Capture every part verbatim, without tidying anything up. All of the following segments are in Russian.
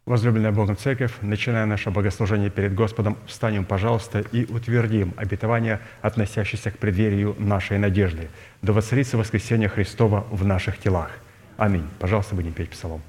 Возлюбленная Богом Церковь, начиная наше богослужение перед Господом, встанем, пожалуйста, и утвердим обетование, относящееся к преддверию нашей надежды. Да воцарится воскресение Христова в наших телах. Аминь. Пожалуйста, будем петь псалом.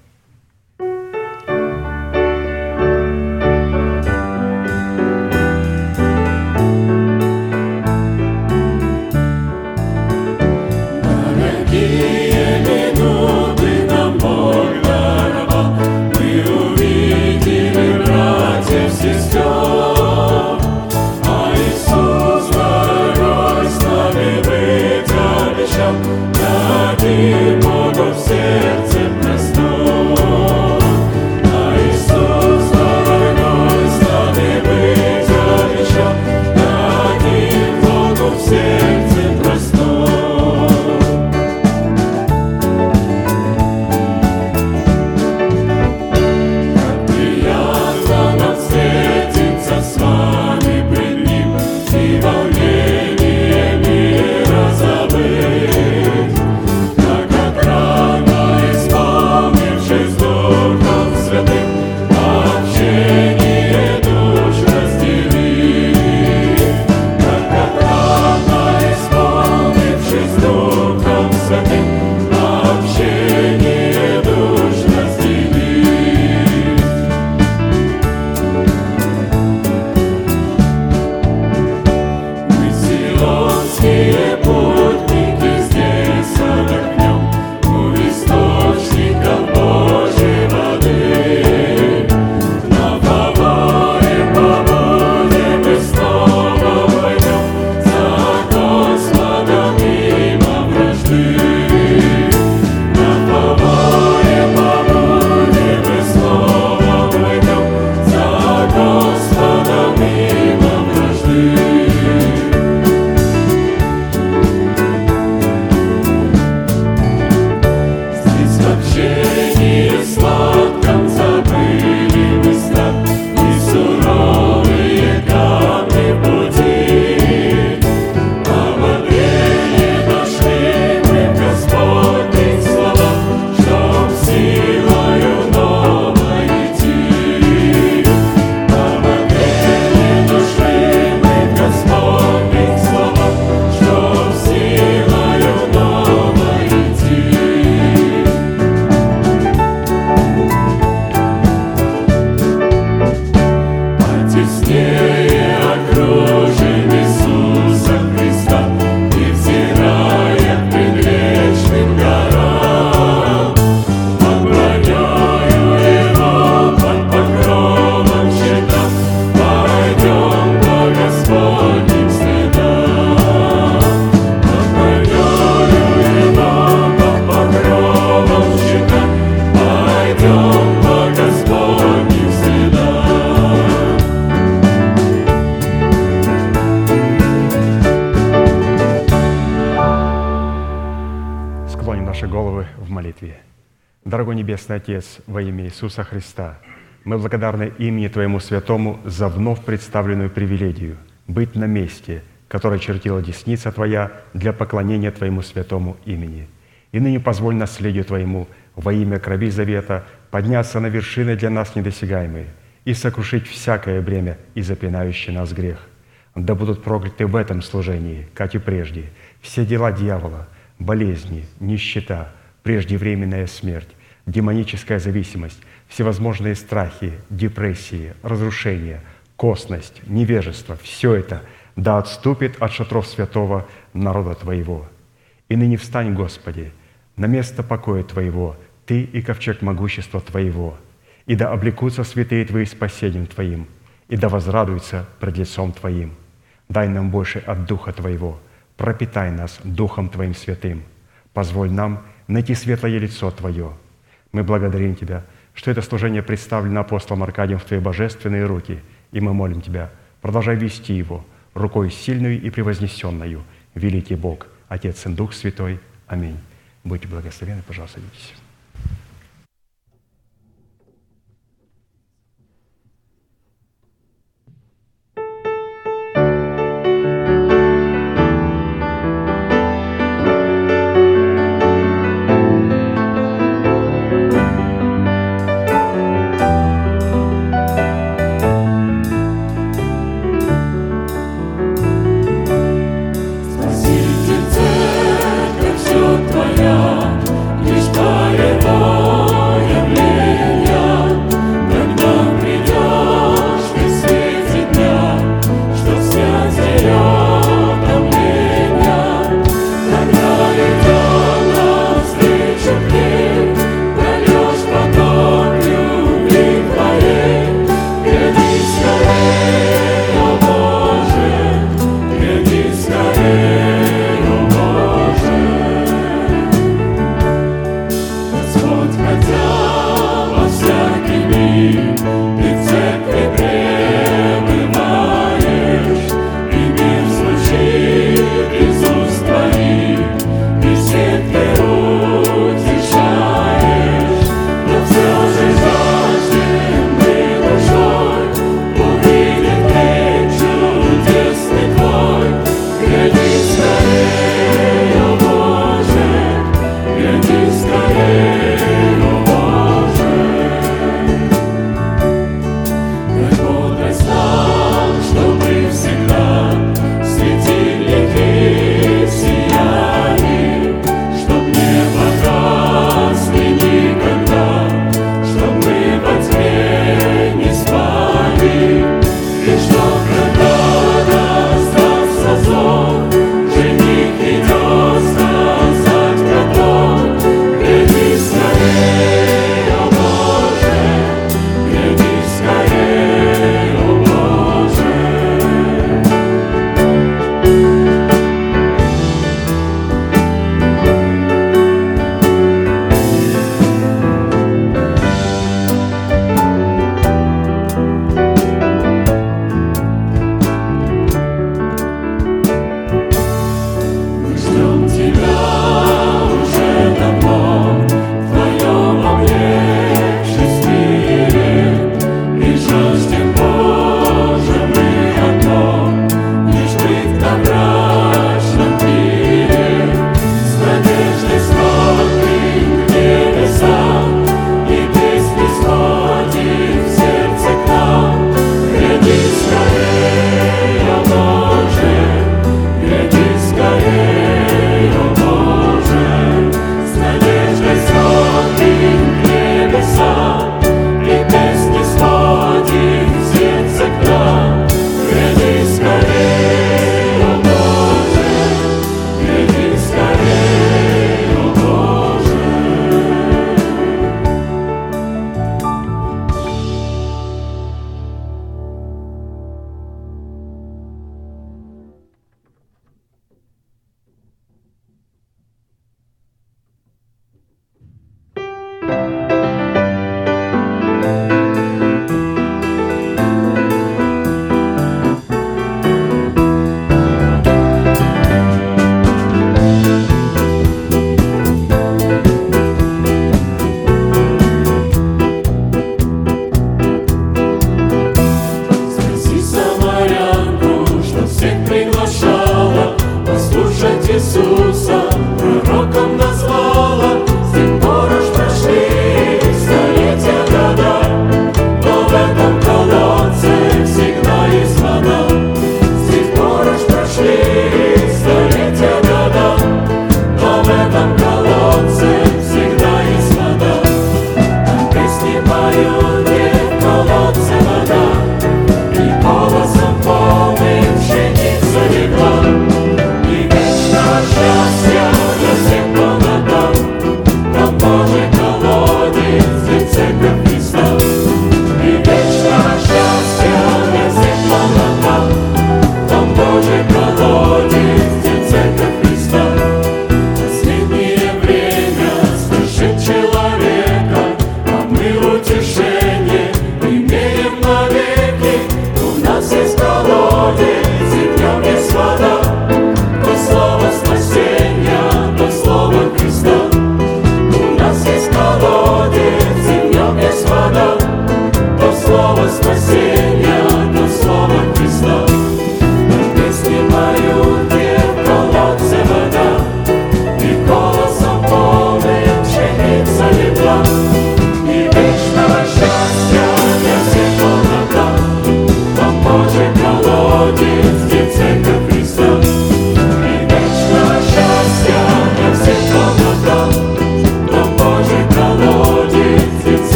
Дорогой Небесный Отец, во имя Иисуса Христа, мы благодарны имени Твоему Святому за вновь представленную привилегию быть на месте, которое чертила десница Твоя для поклонения Твоему Святому имени. И ныне позволь наследию Твоему во имя крови завета подняться на вершины для нас недосягаемые и сокрушить всякое бремя и запинающий нас грех. Да будут прокляты в этом служении, как и прежде, все дела дьявола, болезни, нищета, преждевременная смерть, демоническая зависимость, всевозможные страхи, депрессии, разрушения, косность, невежество – все это да отступит от шатров святого народа Твоего. И ныне встань, Господи, на место покоя Твоего, Ты и ковчег могущества Твоего, и да облекутся святые Твои спасением Твоим, и да возрадуются пред лицом Твоим. Дай нам больше от Духа Твоего, пропитай нас Духом Твоим святым, позволь нам найти светлое лицо Твое. Мы благодарим Тебя, что это служение представлено апостолом Аркадием в Твои божественные руки, и мы молим Тебя, продолжай вести его рукой сильную и превознесенную, великий Бог, Отец и Дух Святой. Аминь. Будьте благословенны, пожалуйста, садитесь.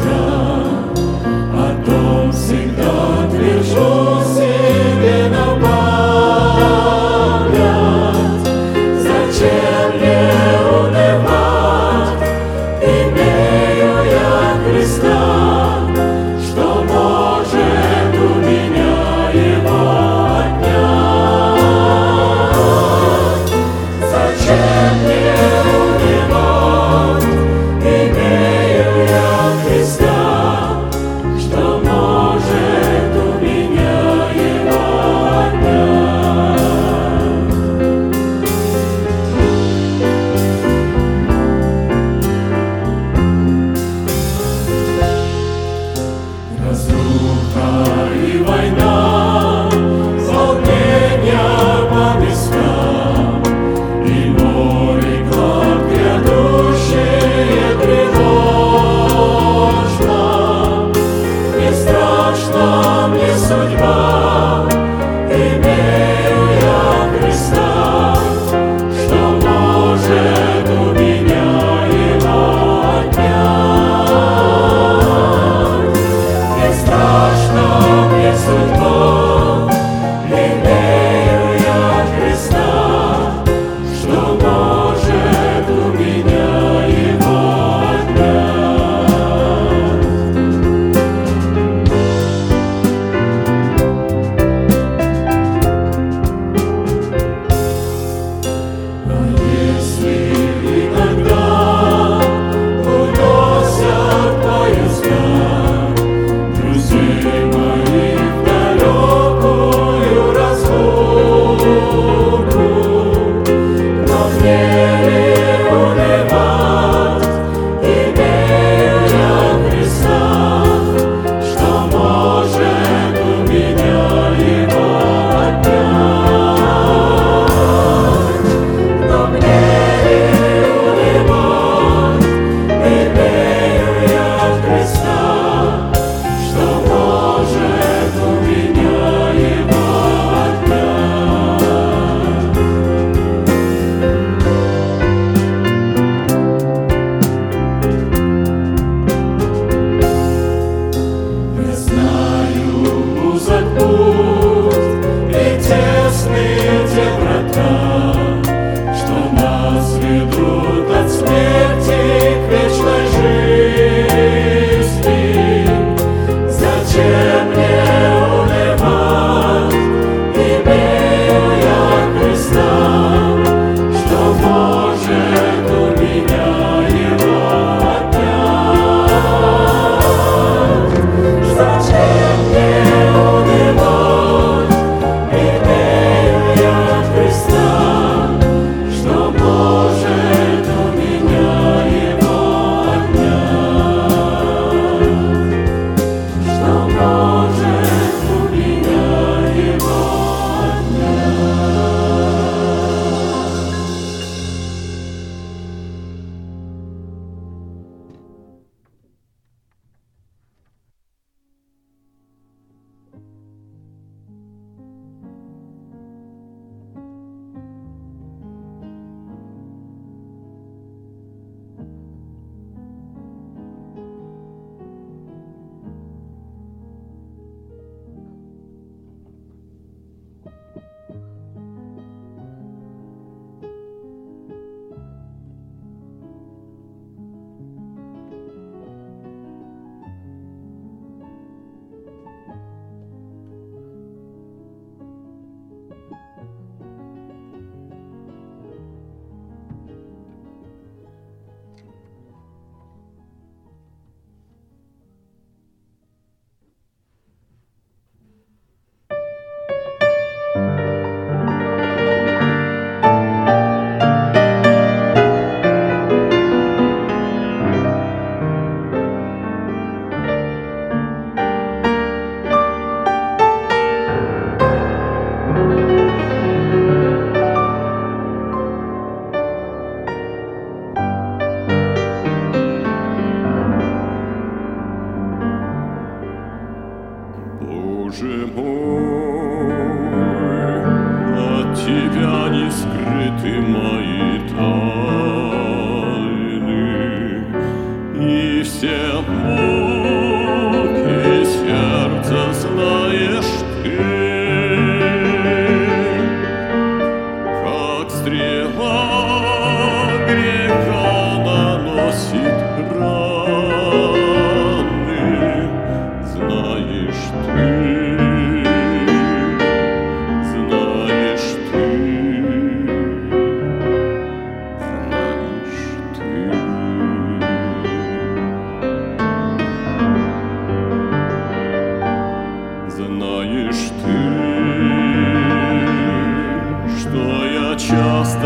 все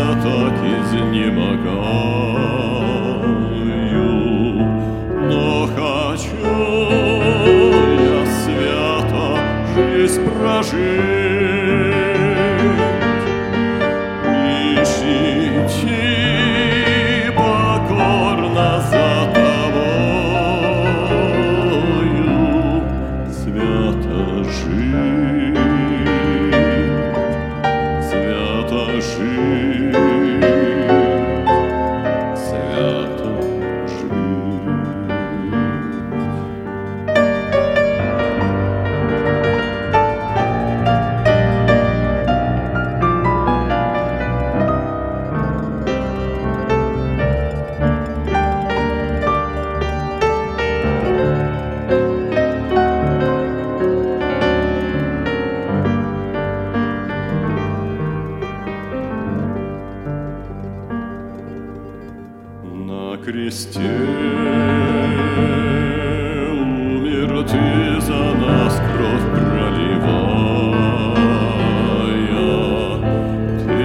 так изнемогаю, но хочу я свято жизнь прожить, ищите покорно за тобою свято жить, свято жить, свято жить. На кресте умер ты за нас, кровь проливая, ты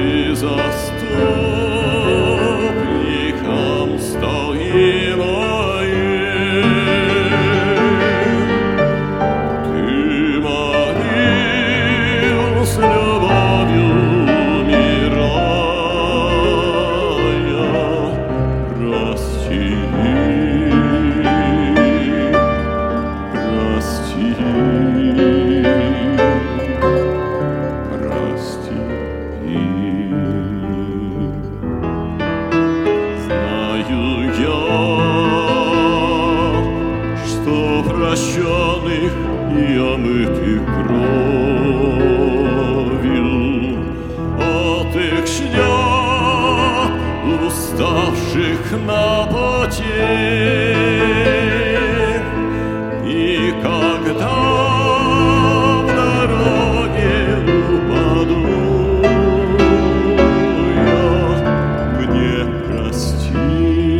заступником стал и моим, ты молил с любовью умирая, прости, прости, прости. Знаю я, что прощенных и омытых кровью от их шляп уставших на пути, и когда в дороге упаду я, мне прости,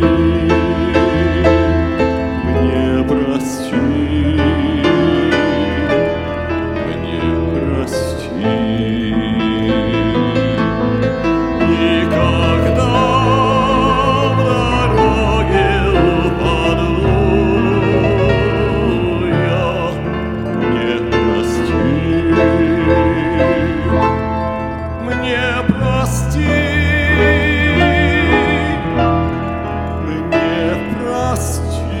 мне прости, мне прости. И когда в дороге упаду я, мне прости, мне прости, мне прости.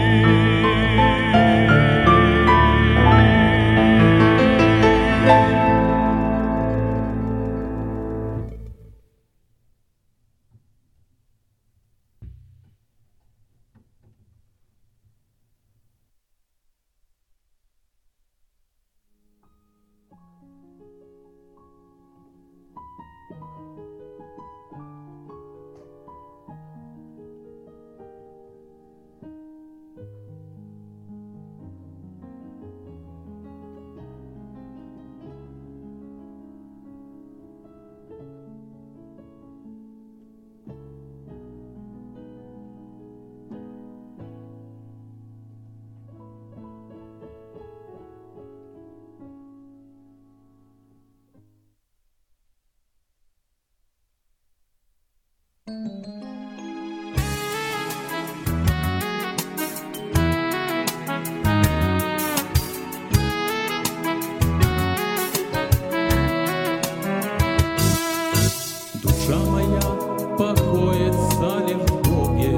Душа моя покоится лишь в Боге,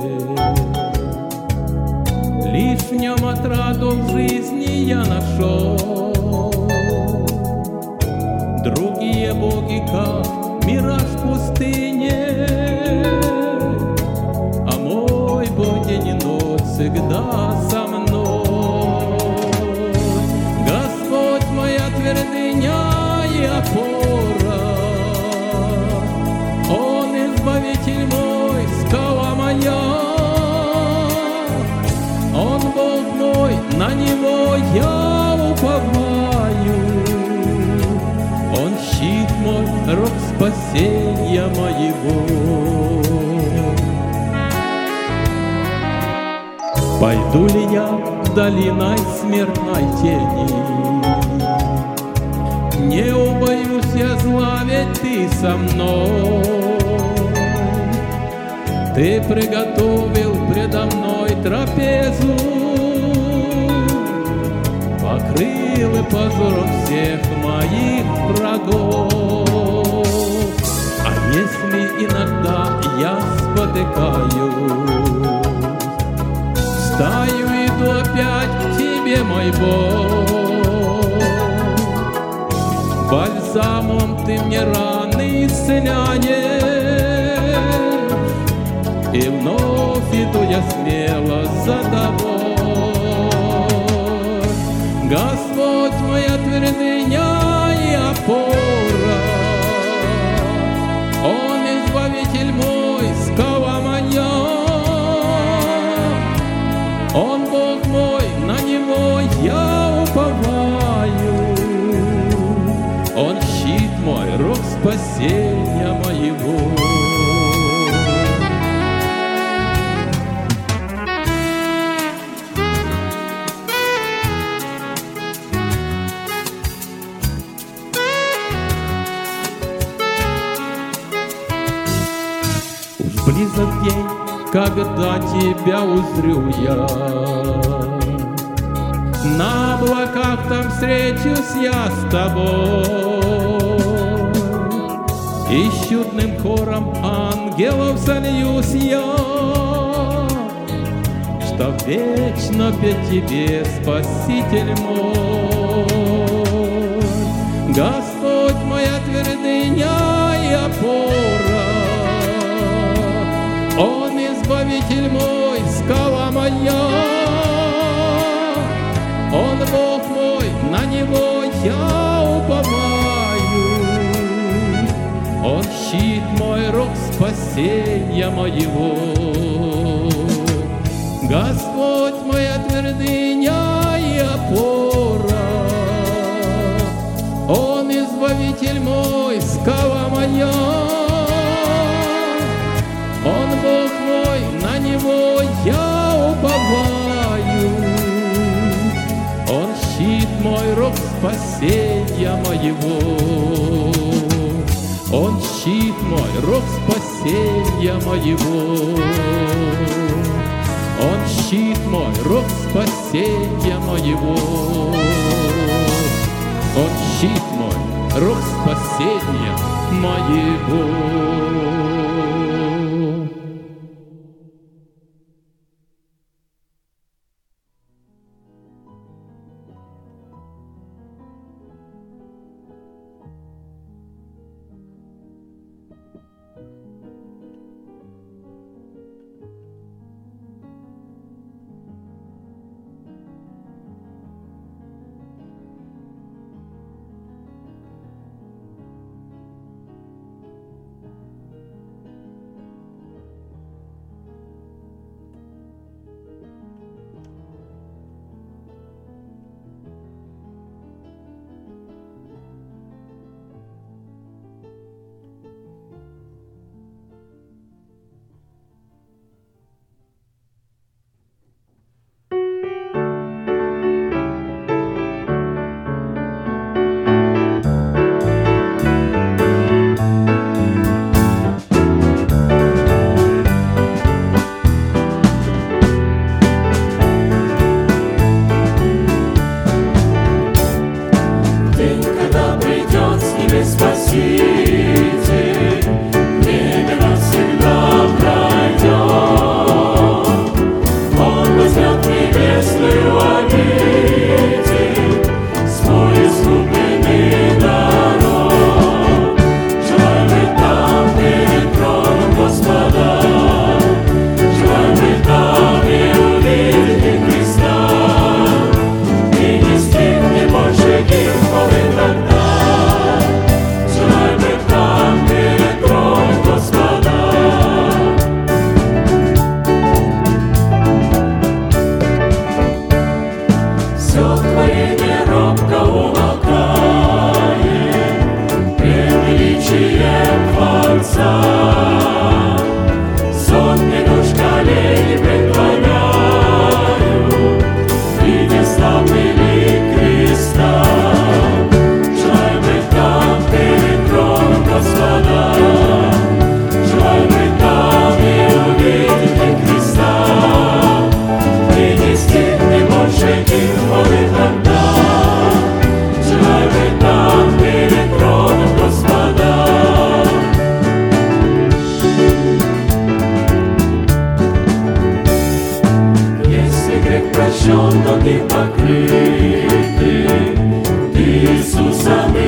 лишь в нем отраду в жизни я нашел. Другие боги, как мираж в пустыне, а мой Бог день и ночь всегда со мной. Господь моя твердыня и опора, Он избавитель мой, скала моя, Он Бог мой, на Него я уповаю, Он щит мой, рог спасения моего. Пойду ли я долиной смертной тени, Не убоюсь я зла, ведь ты со мной. Ты приготовил предо мной трапезу, покрыл и позором всех моих врагов. А если иногда я спотыкаюсь, встаю и иду опять к тебе, мой Бог. Бальзамом ты мне раны исцеляешь, и вновь иду я смело за тобой. Господь моя твердыня и опора, Он избавитель мой, скала моя. Он Бог мой, на Него я уповаю. Он щит мой, рог спасения моего. Близок день, когда тебя узрю я. На облаках там встречусь я с тобой, и с чудным хором ангелов сольюсь я, чтоб вечно петь тебе, Спаситель мой. Господь моя твердыня и опора, Он избавитель мой, скала моя. Он Бог мой, на Него я уповаю. Он щит мой, рог спасения моего. Господь моя твердыня и опора, Он избавитель мой, скала моя. Он Бог мой, на Него я уповаю. Он щит мой, рог спасения моего. Он щит мой, рог спасения моего. Он щит мой, рог спасения моего. Он щит мой, рог спасения моего. грехами покрыты, Иисусом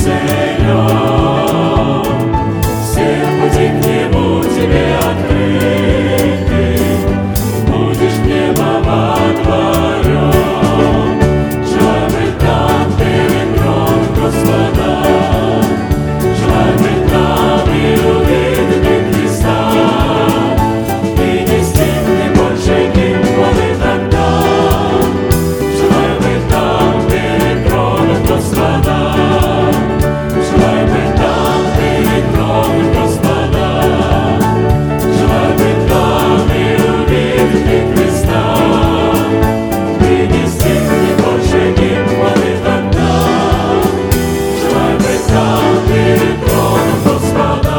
исцелен. Все пути к Нему тебе открыты, будешь в небо водворен. Желай быть там перед троном Господа, желай быть там и увидеть Христа, и нести мне больше гимн хвалы тогда. Желай быть там перед троном Господа, желай быть там перед троном Господа, желай быть там и увидеть Христа, и нести мне больше гимн хвалы тогда. Желай быть там перед троном Господа.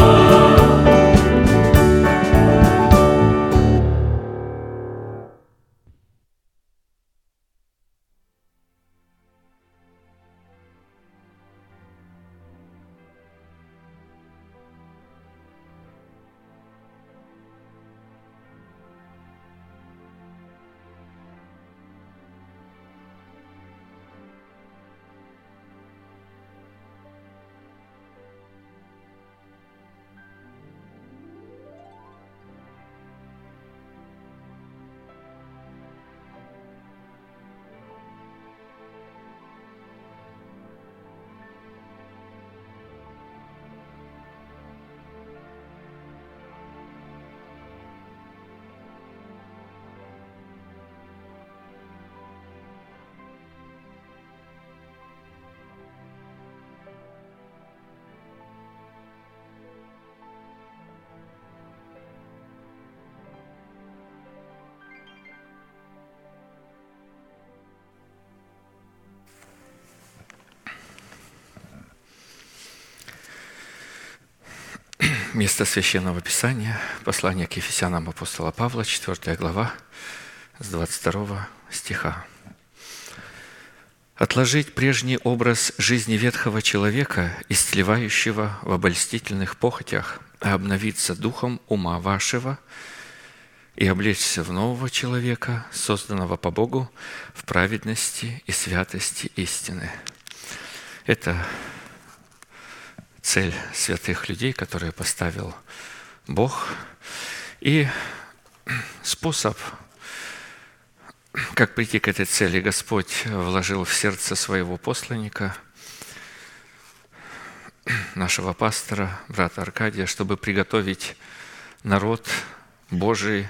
Место Священного Писания, послание к Ефесянам апостола Павла, четвёртая глава, с двадцать второго стиха. «Отложить прежний образ жизни ветхого человека, истлевающего в обольстительных похотях, а обновиться духом ума вашего и облечься в нового человека, созданного по Богу в праведности и святости истины». Это цель святых людей, которые поставил Бог, и способ, как прийти к этой цели, Господь вложил в сердце своего посланника, нашего пастора, брата Аркадия, чтобы приготовить народ Божий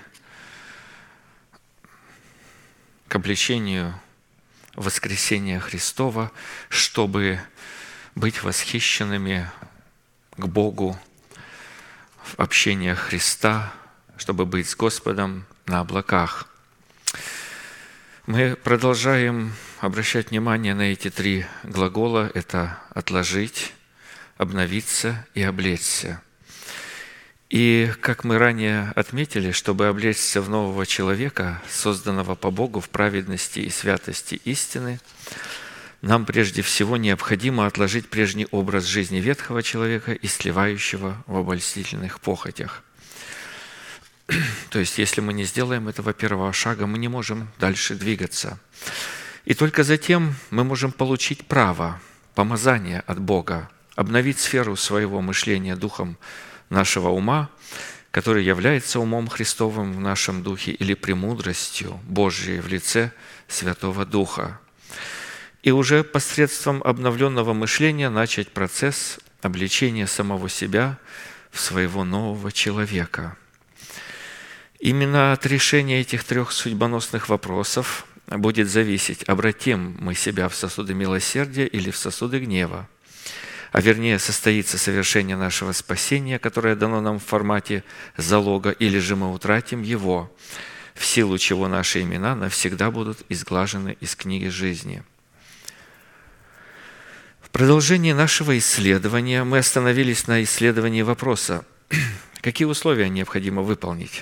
к обличению воскресения Христова, чтобы быть восхищенными к Богу в общении Христа, чтобы быть с Господом на облаках. Мы продолжаем обращать внимание на эти три глагола. Это «отложить», «обновиться» и «облечься». И, как мы ранее отметили, чтобы облечься в нового человека, созданного по Богу в праведности и святости истины, нам прежде всего необходимо отложить прежний образ жизни ветхого человека, истлевающего в обольстительных похотях. То есть, если мы не сделаем этого первого шага, мы не можем дальше двигаться. И только затем мы можем получить право, помазание от Бога, обновить сферу своего мышления духом нашего ума, который является умом Христовым в нашем духе или премудростью Божьей в лице Святого Духа. И уже посредством обновленного мышления начать процесс обличения самого себя в своего нового человека. Именно от решения этих трех судьбоносных вопросов будет зависеть, обратим мы себя в сосуды милосердия или в сосуды гнева, а вернее состоится совершение нашего спасения, которое дано нам в формате залога, или же мы утратим его, в силу чего наши имена навсегда будут изглажены из книги жизни. В продолжении нашего исследования мы остановились на исследовании вопроса, какие условия необходимо выполнить,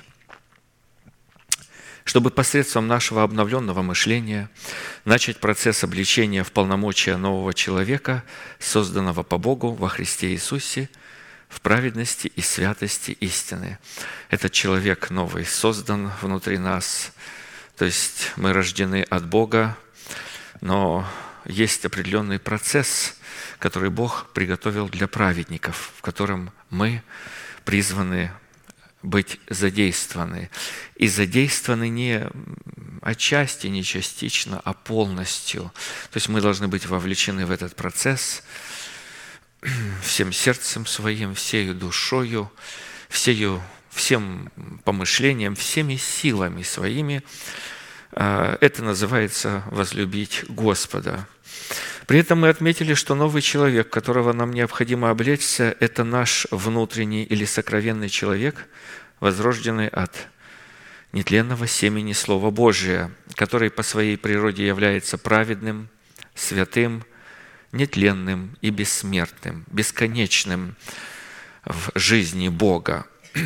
чтобы посредством нашего обновленного мышления начать процесс обличения в полномочия нового человека, созданного по Богу во Христе Иисусе, в праведности и святости истины. Этот человек новый создан внутри нас То есть мы рождены от Бога, но есть определенный процесс, который Бог приготовил для праведников, в котором мы призваны быть задействованы. И задействованы не отчасти, не частично, а полностью. То есть мы должны быть вовлечены в этот процесс всем сердцем своим, всею душою, всею, всем помышлением, всеми силами своими. Это называется возлюбить Господа. При этом мы отметили, что новый человек, которого нам необходимо облечься, это наш внутренний или сокровенный человек, возрожденный от нетленного семени Слова Божия, который по своей природе является праведным, святым, нетленным и бессмертным, бесконечным в жизни Бога.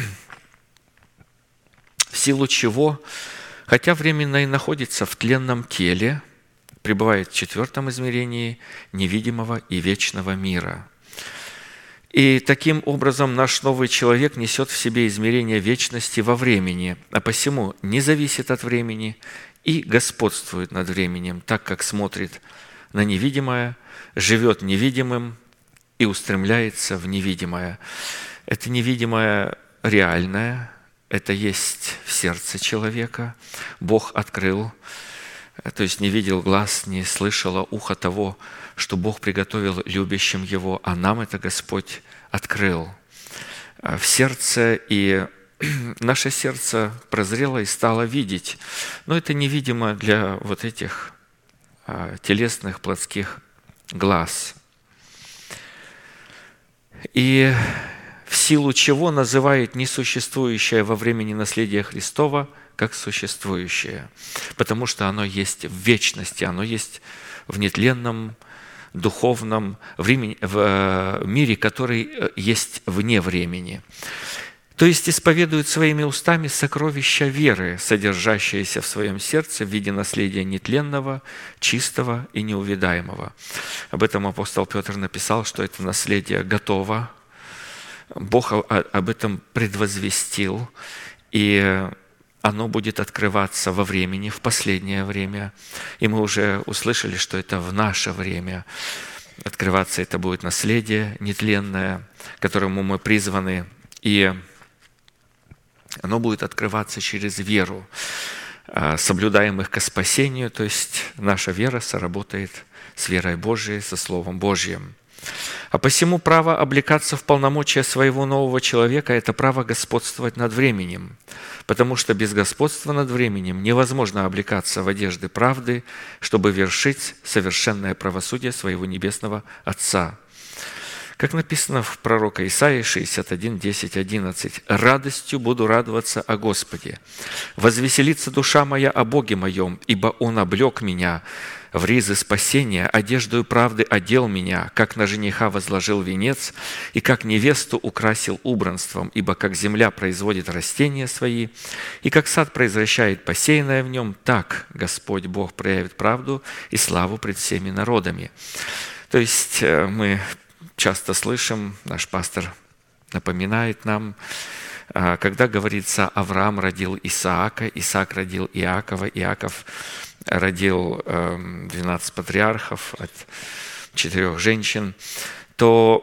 В силу чего, хотя временно и находится в тленном теле, пребывает в четвертом измерении невидимого и вечного мира. И таким образом наш новый человек несет в себе измерение вечности во времени, а посему не зависит от времени и господствует над временем, так как смотрит на невидимое, живет невидимым и устремляется в невидимое. Это невидимое реальное, это есть в сердце человека. Бог открыл, то есть не видел глаз, не слышало ухо того, что Бог приготовил любящим Его, а нам это Господь открыл в сердце, и наше сердце прозрело и стало видеть. Но это невидимо для вот этих телесных, плотских глаз. И в силу чего называет несуществующее во времени наследие Христова как существующее, потому что оно есть в вечности, оно есть в нетленном, духовном времени, в мире, который есть вне времени. То есть исповедует своими устами сокровища веры, содержащиеся в своем сердце в виде наследия нетленного, чистого и неувядаемого. Об этом апостол Петр написал, что это наследие готово. Бог об этом предвозвестил, и оно будет открываться во времени, в последнее время. И мы уже услышали, что это в наше время. Открываться это будет наследие нетленное, к которому мы призваны, и оно будет открываться через веру, соблюдаемых ко спасению, то есть наша вера соработает с верой Божией, со Словом Божьим. А посему право облекаться в полномочия своего нового человека – это право господствовать над временем, потому что без господства над временем невозможно облекаться в одежды правды, чтобы вершить совершенное правосудие своего небесного Отца. Как написано в пророка Исаии шестьдесят один, десять, одиннадцать, «Радостью буду радоваться о Господе, возвеселится душа моя о Боге моем, ибо Он облек меня в ризы спасения, одеждою правды одел меня, как на жениха возложил венец, и как невесту украсил убранством, ибо как земля производит растения свои, и как сад произвращает посеянное в нем, так Господь Бог проявит правду и славу пред всеми народами». То есть мы часто слышим, наш пастор напоминает нам, когда говорится, Авраам родил Исаака, Исаак родил Иакова, Иаков родил двенадцать патриархов от четырех женщин, то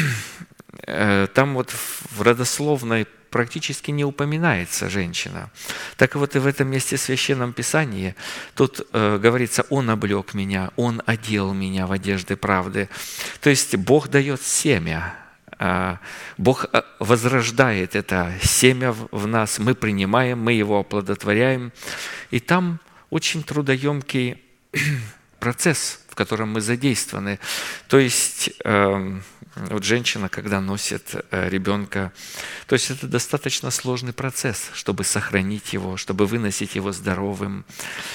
там вот в родословной практически не упоминается женщина. Так вот и в этом месте в Священном Писании тут э, говорится, «Он облек меня, Он одел меня в одежды правды». То есть Бог дает семя, э, Бог возрождает это семя в, в нас, мы принимаем, мы его оплодотворяем. И там очень трудоемкий процесс, в котором мы задействованы. То есть э, вот женщина, когда носит ребенка, то есть это достаточно сложный процесс, чтобы сохранить его, чтобы выносить его здоровым,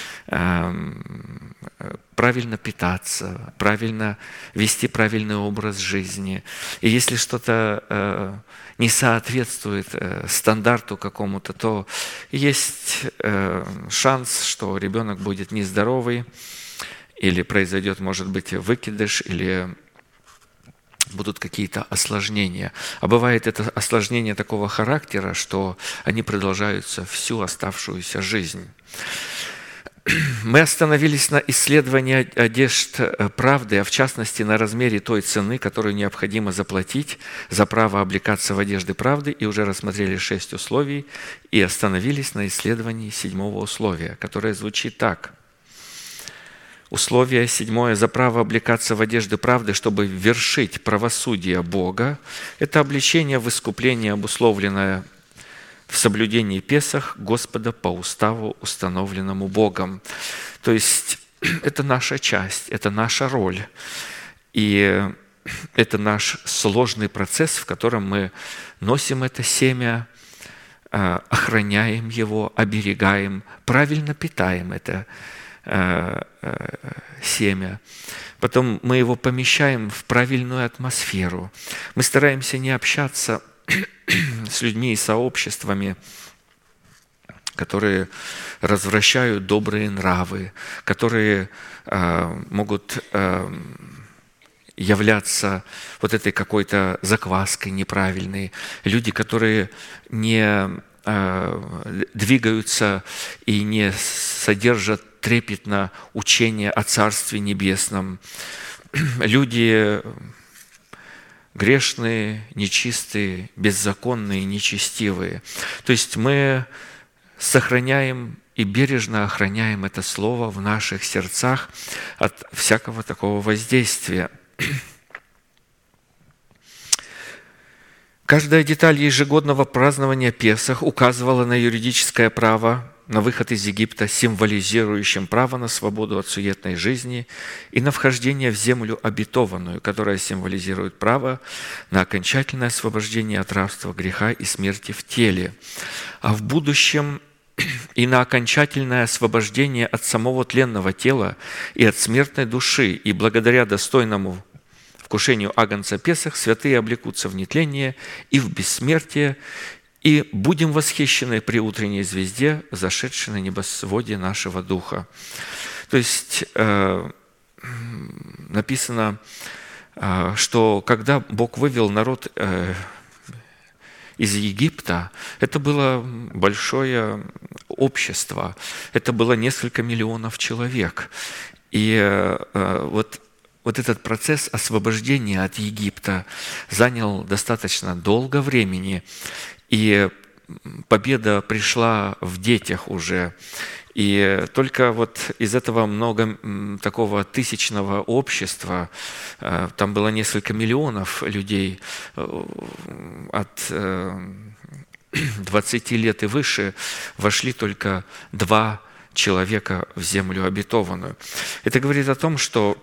правильно питаться, правильно вести правильный образ жизни. И если что-то не соответствует стандарту какому-то, то есть шанс, что ребенок будет нездоровый, или произойдет, может быть, выкидыш, или будут какие-то осложнения. А бывает это осложнение такого характера, что они продолжаются всю оставшуюся жизнь. мы остановились на исследовании одежд правды, а в частности на размере той цены, которую необходимо заплатить за право облекаться в одежды правды, и уже рассмотрели шесть условий, и остановились на исследовании седьмого условия, которое звучит так. Условие седьмое за право облекаться в одежды правды, чтобы вершить правосудие Бога, это обличение в искупление, обусловленное в соблюдении Песах Господа по уставу, установленному Богом. То есть это наша часть, это наша роль. И это наш сложный процесс, в котором мы носим это семя, охраняем его, оберегаем, правильно питаем это семя. Потом мы его помещаем в правильную атмосферу. Мы стараемся не общаться с людьми и сообществами, которые развращают добрые нравы, которые э, могут э, являться вот этой какой-то закваской неправильной. Люди, которые не э, двигаются и не содержат трепетно учение о Царстве Небесном. Люди грешные, нечистые, беззаконные, нечестивые. То есть мы сохраняем и бережно охраняем это слово в наших сердцах от всякого такого воздействия. Каждая деталь ежегодного празднования Песах указывала на юридическое право на выход из Египта, символизирующим право на свободу от суетной жизни, и на вхождение в землю обетованную, которая символизирует право на окончательное освобождение от рабства, греха и смерти в теле, а в будущем и на окончательное освобождение от самого тленного тела и от смертной души, и благодаря достойному вкушению агнца Песах святые облекутся в нетление и в бессмертие, и будем восхищены при утренней звезде, зашедшей на небосводе нашего духа. То есть э, написано, э, что когда Бог вывел народ э, из Египта, это было большое общество, это было несколько миллионов человек. И э, вот Вот этот процесс освобождения от Египта занял достаточно долго времени, и победа пришла в детях уже. И только вот из этого много такого тысячного общества, там было несколько миллионов людей от двадцати лет и выше, вошли только два человека в землю обетованную. Это говорит о том, что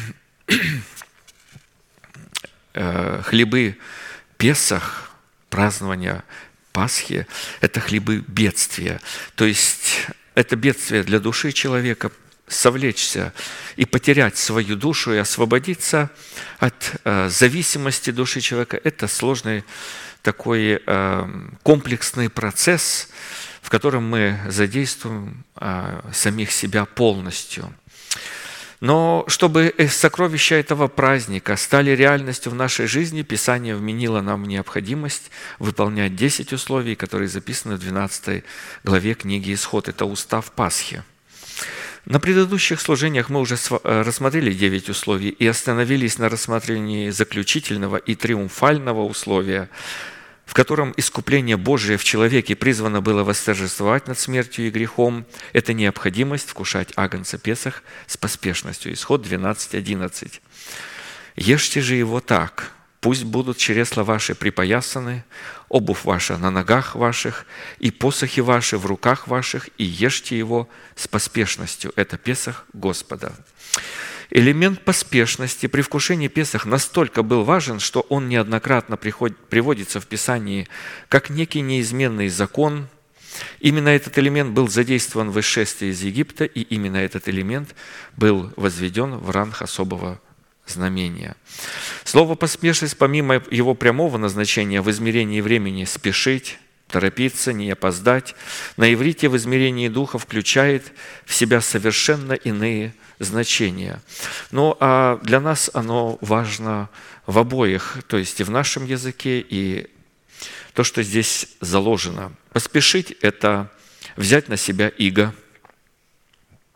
хлебы Песах, празднования Пасхи, это хлебы бедствия. То есть это бедствие для души человека совлечься и потерять свою душу и освободиться от зависимости души человека. Это сложный такой комплексный процесс, в котором мы задействуем самих себя полностью. Но чтобы сокровища этого праздника стали реальностью в нашей жизни, Писание вменило нам необходимость выполнять десять условий, которые записаны в двенадцатой главе книги «Исход». Это устав Пасхи. На предыдущих служениях мы уже рассмотрели девять условий и остановились на рассмотрении заключительного и триумфального условия, в котором искупление Божие в человеке призвано было восторжествовать над смертью и грехом. Это необходимость вкушать агнца Песах с поспешностью. Исход двенадцать одиннадцать. «Ешьте же его так, пусть будут чресла ваши припоясаны, обувь ваша на ногах ваших, и посохи ваши в руках ваших, и ешьте его с поспешностью». Это Песах Господа. Элемент поспешности при вкушении Песах настолько был важен, что он неоднократно приводится в Писании как некий неизменный закон. Именно этот элемент был задействован в исшествии из Египта, и именно этот элемент был возведен в ранг особого знамения. Слово «поспешность», помимо его прямого назначения в измерении времени «спешить», торопиться, не опоздать, на иврите в измерении духа включает в себя совершенно иные значения. Но а для нас оно важно в обоих, то есть и в нашем языке, и то, что здесь заложено. Поспешить – это взять на себя иго,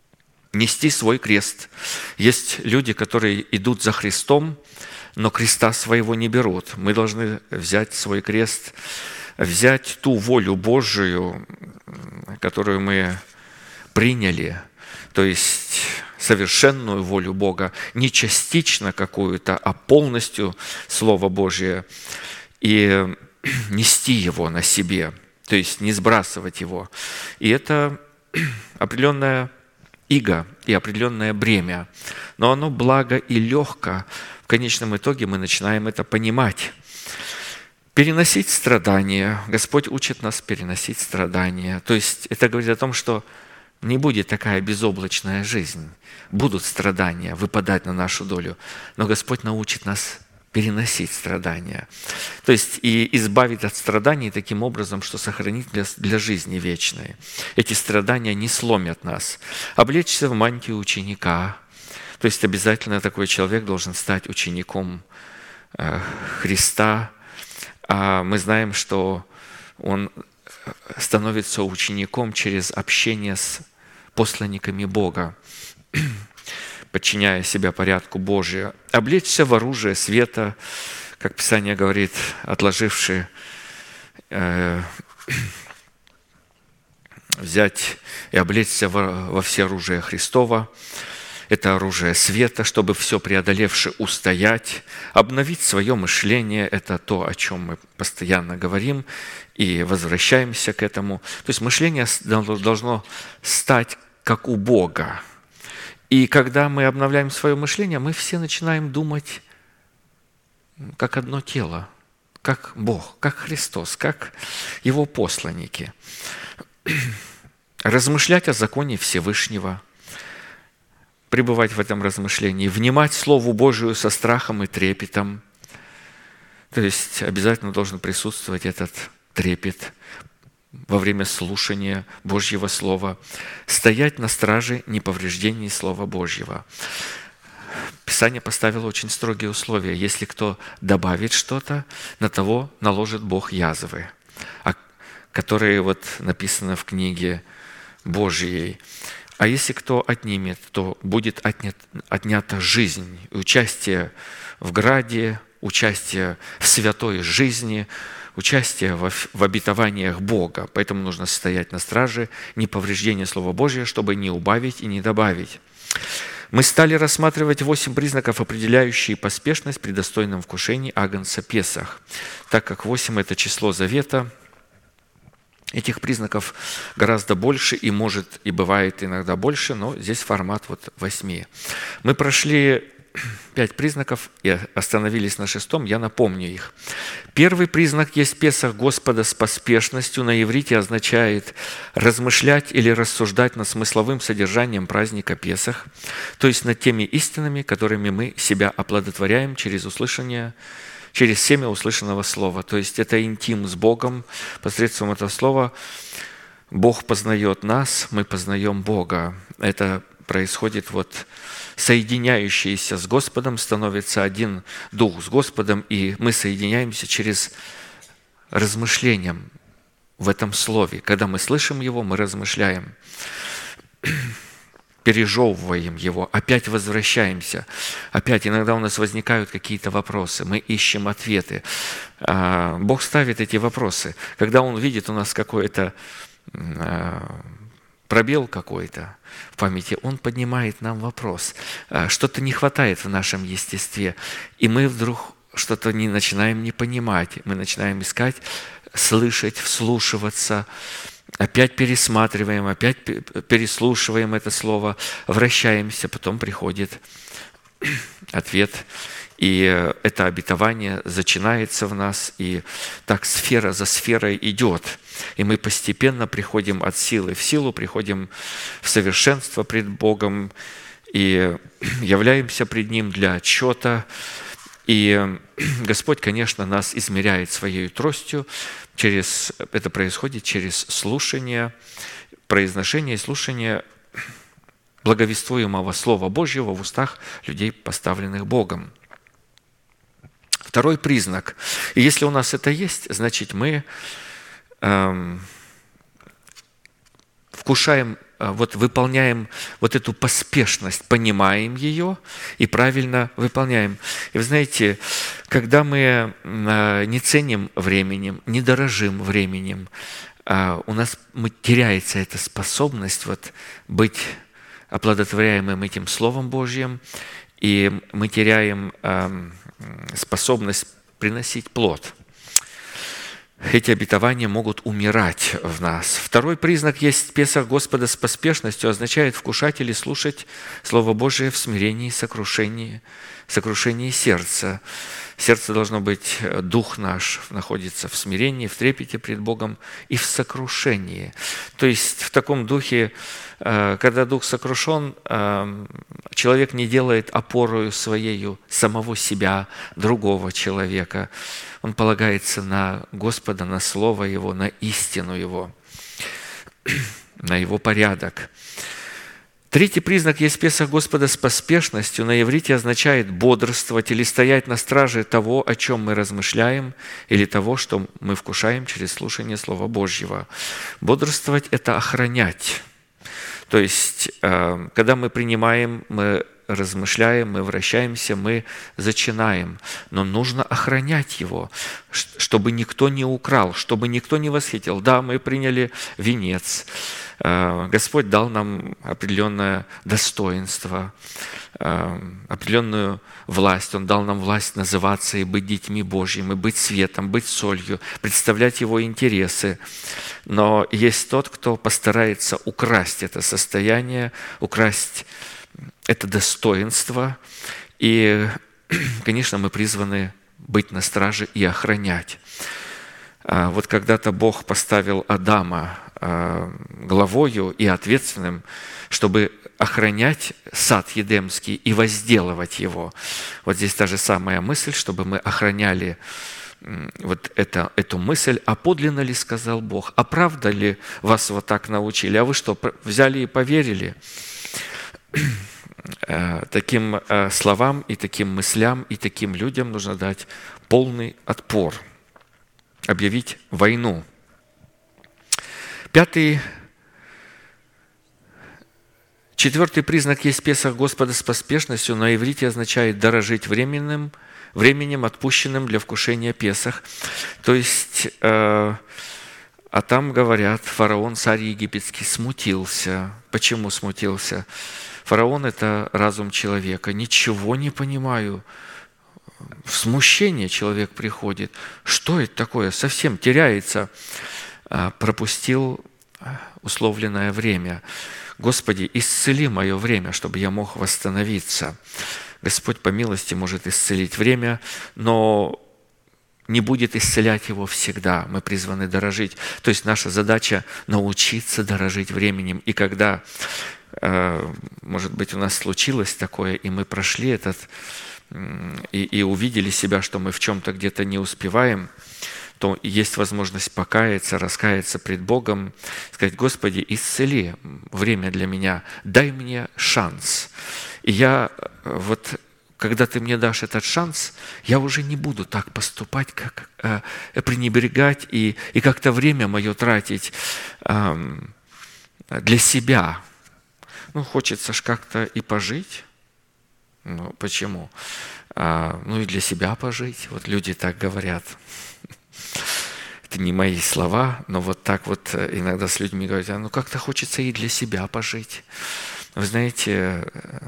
нести свой крест. Есть люди, которые идут за Христом, но креста своего не берут. Мы должны взять свой крест, взять ту волю Божию, которую мы приняли, то есть совершенную волю Бога, не частично какую-то, а полностью Слово Божие, и нести его на себе, то есть не сбрасывать его. И это определенная иго и определенное бремя, но оно благо и легко. В конечном итоге мы начинаем это понимать. Переносить страдания. Господь учит нас переносить страдания. То есть это говорит о том, что не будет такая безоблачная жизнь. Будут страдания выпадать на нашу долю, но Господь научит нас переносить страдания. То есть и избавить от страданий таким образом, что сохранить для, для жизни вечной. Эти страдания не сломят нас. Облечься в мантию ученика. То есть обязательно такой человек должен стать учеником э, Христа. А мы знаем, что он становится учеником через общение с посланниками Бога, подчиняя себя порядку Божию. Облечься в оружие света, как Писание говорит, отложивши, э, взять и облечься во, во все оружие Христова. Это оружие света, чтобы все преодолевши устоять, обновить свое мышление. Это то, о чем мы постоянно говорим и возвращаемся к этому. То есть мышление должно стать как у Бога. И когда мы обновляем свое мышление, мы все начинаем думать как одно тело, как Бог, как Христос, как Его посланники. Размышлять о законе Всевышнего, пребывать в этом размышлении, внимать Слову Божию со страхом и трепетом. То есть обязательно должен присутствовать этот трепет во время слушания Божьего Слова, стоять на страже неповреждений Слова Божьего. Писание поставило очень строгие условия. Если кто добавит что-то, на того наложит Бог язвы, которые вот написано в книге Божьей. А если кто отнимет, то будет отнят, отнята жизнь, участие в граде, участие в святой жизни, участие в, в обетованиях Бога. Поэтому нужно стоять на страже неповреждения Слова Божия, чтобы не убавить и не добавить. Мы стали рассматривать восемь признаков, определяющие поспешность при достойном вкушении агнца Песах. Так как восемь – это число завета, этих признаков гораздо больше, и может, и бывает иногда больше, но здесь формат вот восьми. Мы прошли пять признаков и остановились на шестом, я напомню их. Первый признак есть Песах Господа с поспешностью. На иврите означает размышлять или рассуждать над смысловым содержанием праздника Песах, то есть над теми истинами, которыми мы себя оплодотворяем через услышание через семя услышанного слова. То есть это интим с Богом. Посредством этого слова Бог познает нас, мы познаем Бога. Это происходит вот соединяющиеся с Господом, становится один дух с Господом, и мы соединяемся через размышление в этом слове. Когда мы слышим его, мы размышляем, пережевываем его, опять возвращаемся. Опять иногда у нас возникают какие-то вопросы, мы ищем ответы. Бог ставит эти вопросы. Когда Он видит у нас какой-то пробел какой-то в памяти, Он поднимает нам вопрос. Что-то не хватает в нашем естестве, и мы вдруг что-то не начинаем не понимать. Мы начинаем искать, слышать, вслушиваться, опять пересматриваем, опять переслушиваем это слово, вращаемся, потом приходит ответ, и это обетование зачинается в нас, и так сфера за сферой идет. И мы постепенно приходим от силы в силу, приходим в совершенство пред Богом и являемся пред Ним для отчета. И Господь, конечно, нас измеряет Своей тростью. Через, это происходит через слушание, произношение и слушание благовествуемого Слова Божьего в устах людей, поставленных Богом. Второй признак. И если у нас это есть, значит, мы эм, вкушаем вот выполняем вот эту поспешность, понимаем ее и правильно выполняем. И вы знаете, когда мы не ценим временем, не дорожим временем, у нас теряется эта способность вот быть оплодотворяемым этим Словом Божьим, и мы теряем способность приносить плод. Эти обетования могут умирать в нас. Второй признак есть Песах Господа с поспешностью, означает вкушать или слушать Слово Божие в смирении и сокрушении, сокрушении сердца. Сердце должно быть, дух наш находится в смирении, в трепете пред Богом и в сокрушении. То есть в таком духе, когда дух сокрушен, человек не делает опорою своею самого себя, другого человека. Он полагается на Господа, на Слово Его, на истину Его, на Его порядок. Третий признак есть Песах Господа с поспешностью. На иврите означает бодрствовать или стоять на страже того, о чем мы размышляем, или того, что мы вкушаем через слушание Слова Божьего. Бодрствовать – это охранять. То есть, когда мы принимаем, мы размышляем, мы вращаемся, мы зачинаем. Но нужно охранять его, чтобы никто не украл, чтобы никто не восхитил. Да, мы приняли венец. Господь дал нам определенное достоинство, определенную власть. Он дал нам власть называться и быть детьми Божьими, быть светом, быть солью, представлять Его интересы. Но есть тот, кто постарается украсть это состояние, украсть это достоинство. И, конечно, мы призваны быть на страже и охранять. Вот когда-то Бог поставил Адама главою и ответственным, чтобы охранять сад Едемский и возделывать его. Вот здесь та же самая мысль, чтобы мы охраняли вот это, эту мысль. А подлинно ли сказал Бог? А правда ли вас вот так научили? А вы что, взяли и поверили? Таким словам и таким мыслям и таким людям нужно дать полный отпор, объявить войну. Пятый, четвертый признак есть Песах Господа с поспешностью. На иврите означает дорожить временным, временем, отпущенным для вкушения Песах. То есть, э, а там говорят, фараон, царь египетский, смутился. Почему смутился? Фараон – это разум человека. Ничего не понимаю. В смущение человек приходит. Что это такое? Совсем теряется. Пропустил условленное время. Господи, исцели мое время, чтобы я мог восстановиться. Господь по милости может исцелить время, но не будет исцелять его всегда. Мы призваны дорожить. То есть наша задача – научиться дорожить временем. И когда, может быть, у нас случилось такое, и мы прошли этот, и, и увидели себя, что мы в чем-то где-то не успеваем, то есть возможность покаяться, раскаяться пред Богом, сказать: Господи, исцели время для меня, дай мне шанс. И я вот, когда Ты мне дашь этот шанс, я уже не буду так поступать, как э, пренебрегать и, и как-то время мое тратить э, для себя. Ну, хочется ж как-то и пожить. Ну, почему? А, ну, и для себя пожить. Вот люди так говорят. Это не мои слова, но вот так вот иногда с людьми говорят: а ну как-то хочется и для себя пожить. Вы знаете,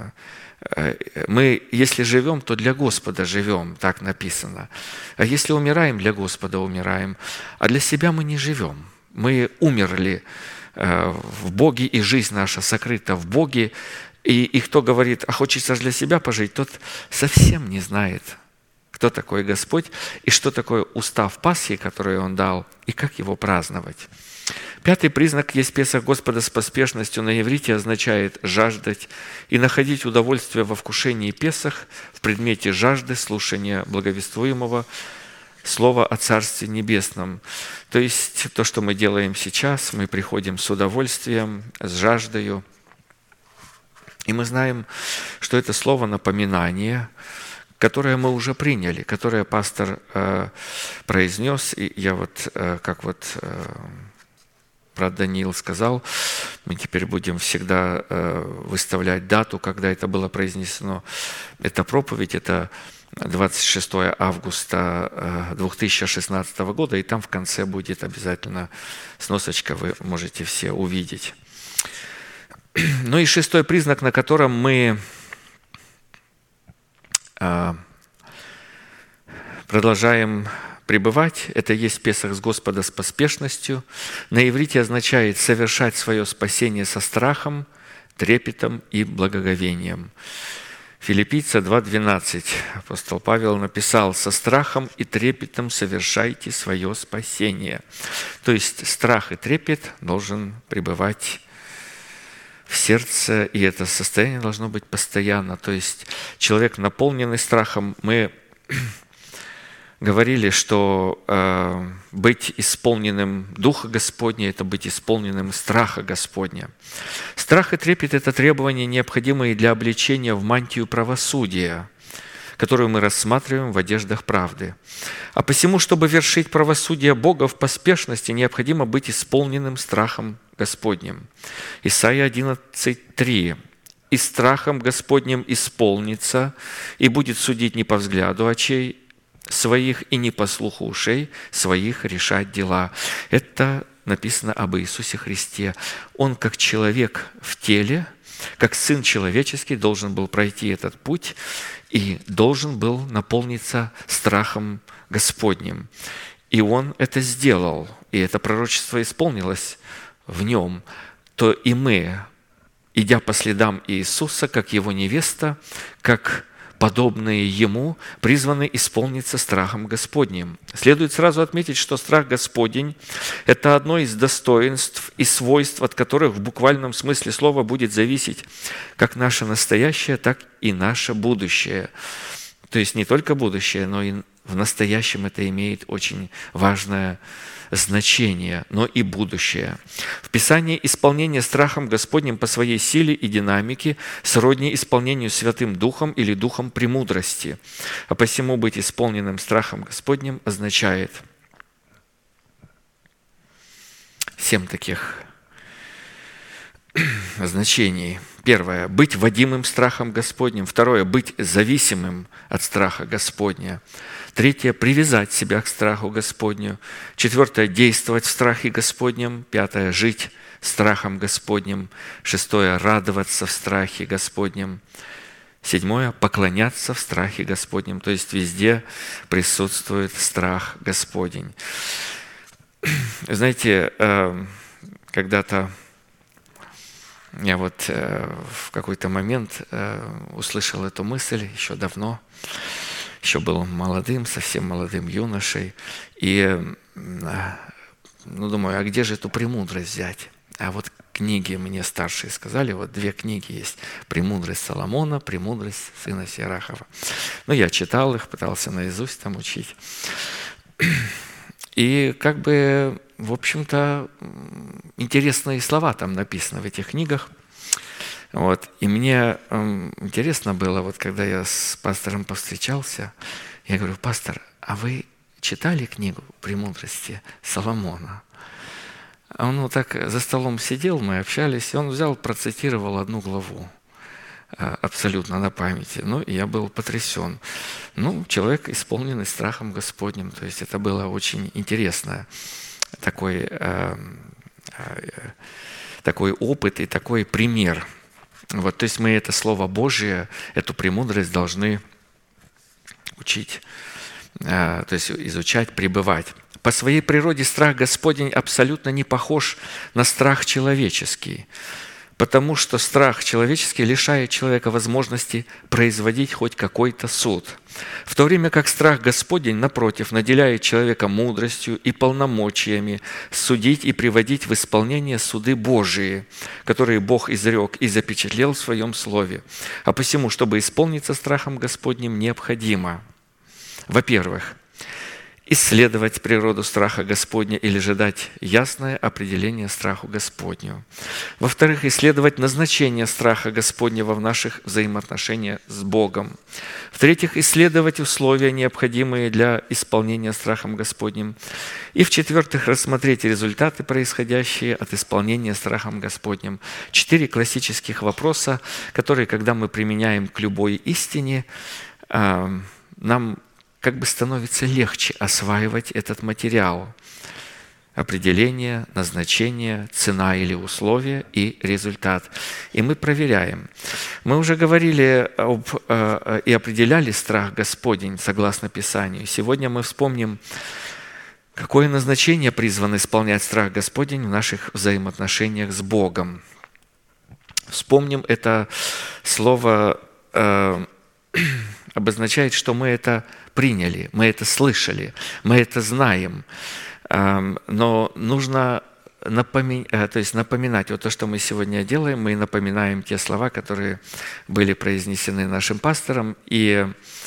мы, если живем, то для Господа живем, так написано. А если умираем, для Господа умираем. А для себя мы не живем. Мы умерли в Боге, и жизнь наша сокрыта в Боге. И, и кто говорит: а хочется же для себя пожить, тот совсем не знает, кто такой Господь, и что такое устав Пасхи, который Он дал, и как его праздновать. Пятый признак есть Песах Господа с поспешностью. На иврите означает жаждать и находить удовольствие во вкушении Песах в предмете жажды слушания благовествуемого Слова о Царстве Небесном. То есть то, что мы делаем сейчас, мы приходим с удовольствием, с жаждою. И мы знаем, что это слово напоминание, которое мы уже приняли, которое пастор э, произнес. И я вот, э, как вот э, брат Даниил сказал, мы теперь будем всегда выставлять дату, когда это было произнесено. Эта проповедь, это двадцать шестое августа две тысячи шестнадцатого года, и там в конце будет обязательно сносочка, вы можете все увидеть. Ну и шестой признак, на котором мы продолжаем пребывать, это есть Песах с Господа с поспешностью. На иврите означает совершать свое спасение со страхом, трепетом и благоговением. Филиппийцам два двенадцать апостол Павел написал: «Со страхом и трепетом совершайте свое спасение». То есть страх и трепет должен пребывать в сердце, и это состояние должно быть постоянно. То есть человек, наполненный страхом, мы говорили, что э, быть исполненным Духа Господня – это быть исполненным страха Господня. Страх и трепет – это требования, необходимые для облечения в мантию правосудия, которую мы рассматриваем в одеждах правды. А посему, чтобы вершить правосудие Бога в поспешности, необходимо быть исполненным страхом Господним. Исайя одиннадцать три. «И страхом Господним исполнится, и будет судить не по взгляду очей своих и не по слуху ушей своих решать дела». Это написано об Иисусе Христе. Он, как человек в теле, как Сын человеческий, должен был пройти этот путь и должен был наполниться страхом Господним. И Он это сделал, и это пророчество исполнилось в Нем. То и мы, идя по следам Иисуса, как Его невеста, как подобные Ему, призваны исполниться страхом Господним. Следует сразу отметить, что страх Господень – это одно из достоинств и свойств, от которых в буквальном смысле слова будет зависеть как наше настоящее, так и наше будущее. То есть не только будущее, но и в настоящем это имеет очень важное значение, но и будущее. В Писании исполнение страхом Господним по своей силе и динамике сродни исполнению Святым Духом или Духом премудрости. А посему быть исполненным страхом Господним означает семь таких значений. Первое – быть водимым страхом Господним. Второе – быть зависимым от страха Господня. Третье – привязать себя к страху Господню. Четвертое – действовать в страхе Господнем. Пятое – жить страхом Господним. Шестое – радоваться в страхе Господнем. Седьмое – поклоняться в страхе Господнем. То есть везде присутствует страх Господень. Знаете, когда-то я вот в какой-то момент услышал эту мысль еще давно, еще был молодым, совсем молодым юношей, и ну, думаю, а где же эту премудрость взять? А вот книги мне старшие сказали, вот две книги есть: «Премудрость Соломона», «Премудрость сына Сирахова». Ну, я читал их, пытался наизусть там учить. И как бы, в общем-то, интересные слова там написаны в этих книгах. Вот. И мне э, интересно было, вот когда я с пастором повстречался, я говорю: «Пастор, а вы читали книгу «Премудрости Соломона»?» А он вот так за столом сидел, мы общались, и он взял, процитировал одну главу э, абсолютно на памяти. Ну, и я был потрясен. Ну, человек, исполненный страхом Господним. То есть это было очень интересно. Такой, э, э, такой опыт и такой пример. Вот, то есть мы это Слово Божие, эту премудрость должны учить, э, то есть изучать, пребывать. По своей природе страх Господень абсолютно не похож на страх человеческий, потому что страх человеческий лишает человека возможности производить хоть какой-то суд, в то время как страх Господень, напротив, наделяет человека мудростью и полномочиями судить и приводить в исполнение суды Божии, которые Бог изрек и запечатлел в Своем Слове. А посему, чтобы исполниться страхом Господним, необходимо, во-первых, исследовать природу страха Господня или же дать ясное определение страху Господню. Во-вторых, исследовать назначение страха Господнего в наших взаимоотношениях с Богом. В-третьих, исследовать условия, необходимые для исполнения страхом Господним. И в-четвертых, рассмотреть результаты, происходящие от исполнения страхом Господним. Четыре классических вопроса, которые, когда мы применяем к любой истине, нам как бы становится легче осваивать этот материал. Определение, назначение, цена или условие и результат. И мы проверяем. Мы уже говорили об, э, и определяли страх Господень согласно Писанию. Сегодня мы вспомним, какое назначение призван исполнять страх Господень в наших взаимоотношениях с Богом. Вспомним это слово э, обозначает, что мы это приняли, мы это слышали, мы это знаем. Но нужно напоми... то есть напоминать. Вот то, что мы сегодня делаем, мы напоминаем те слова, которые были произнесены нашим пастором. И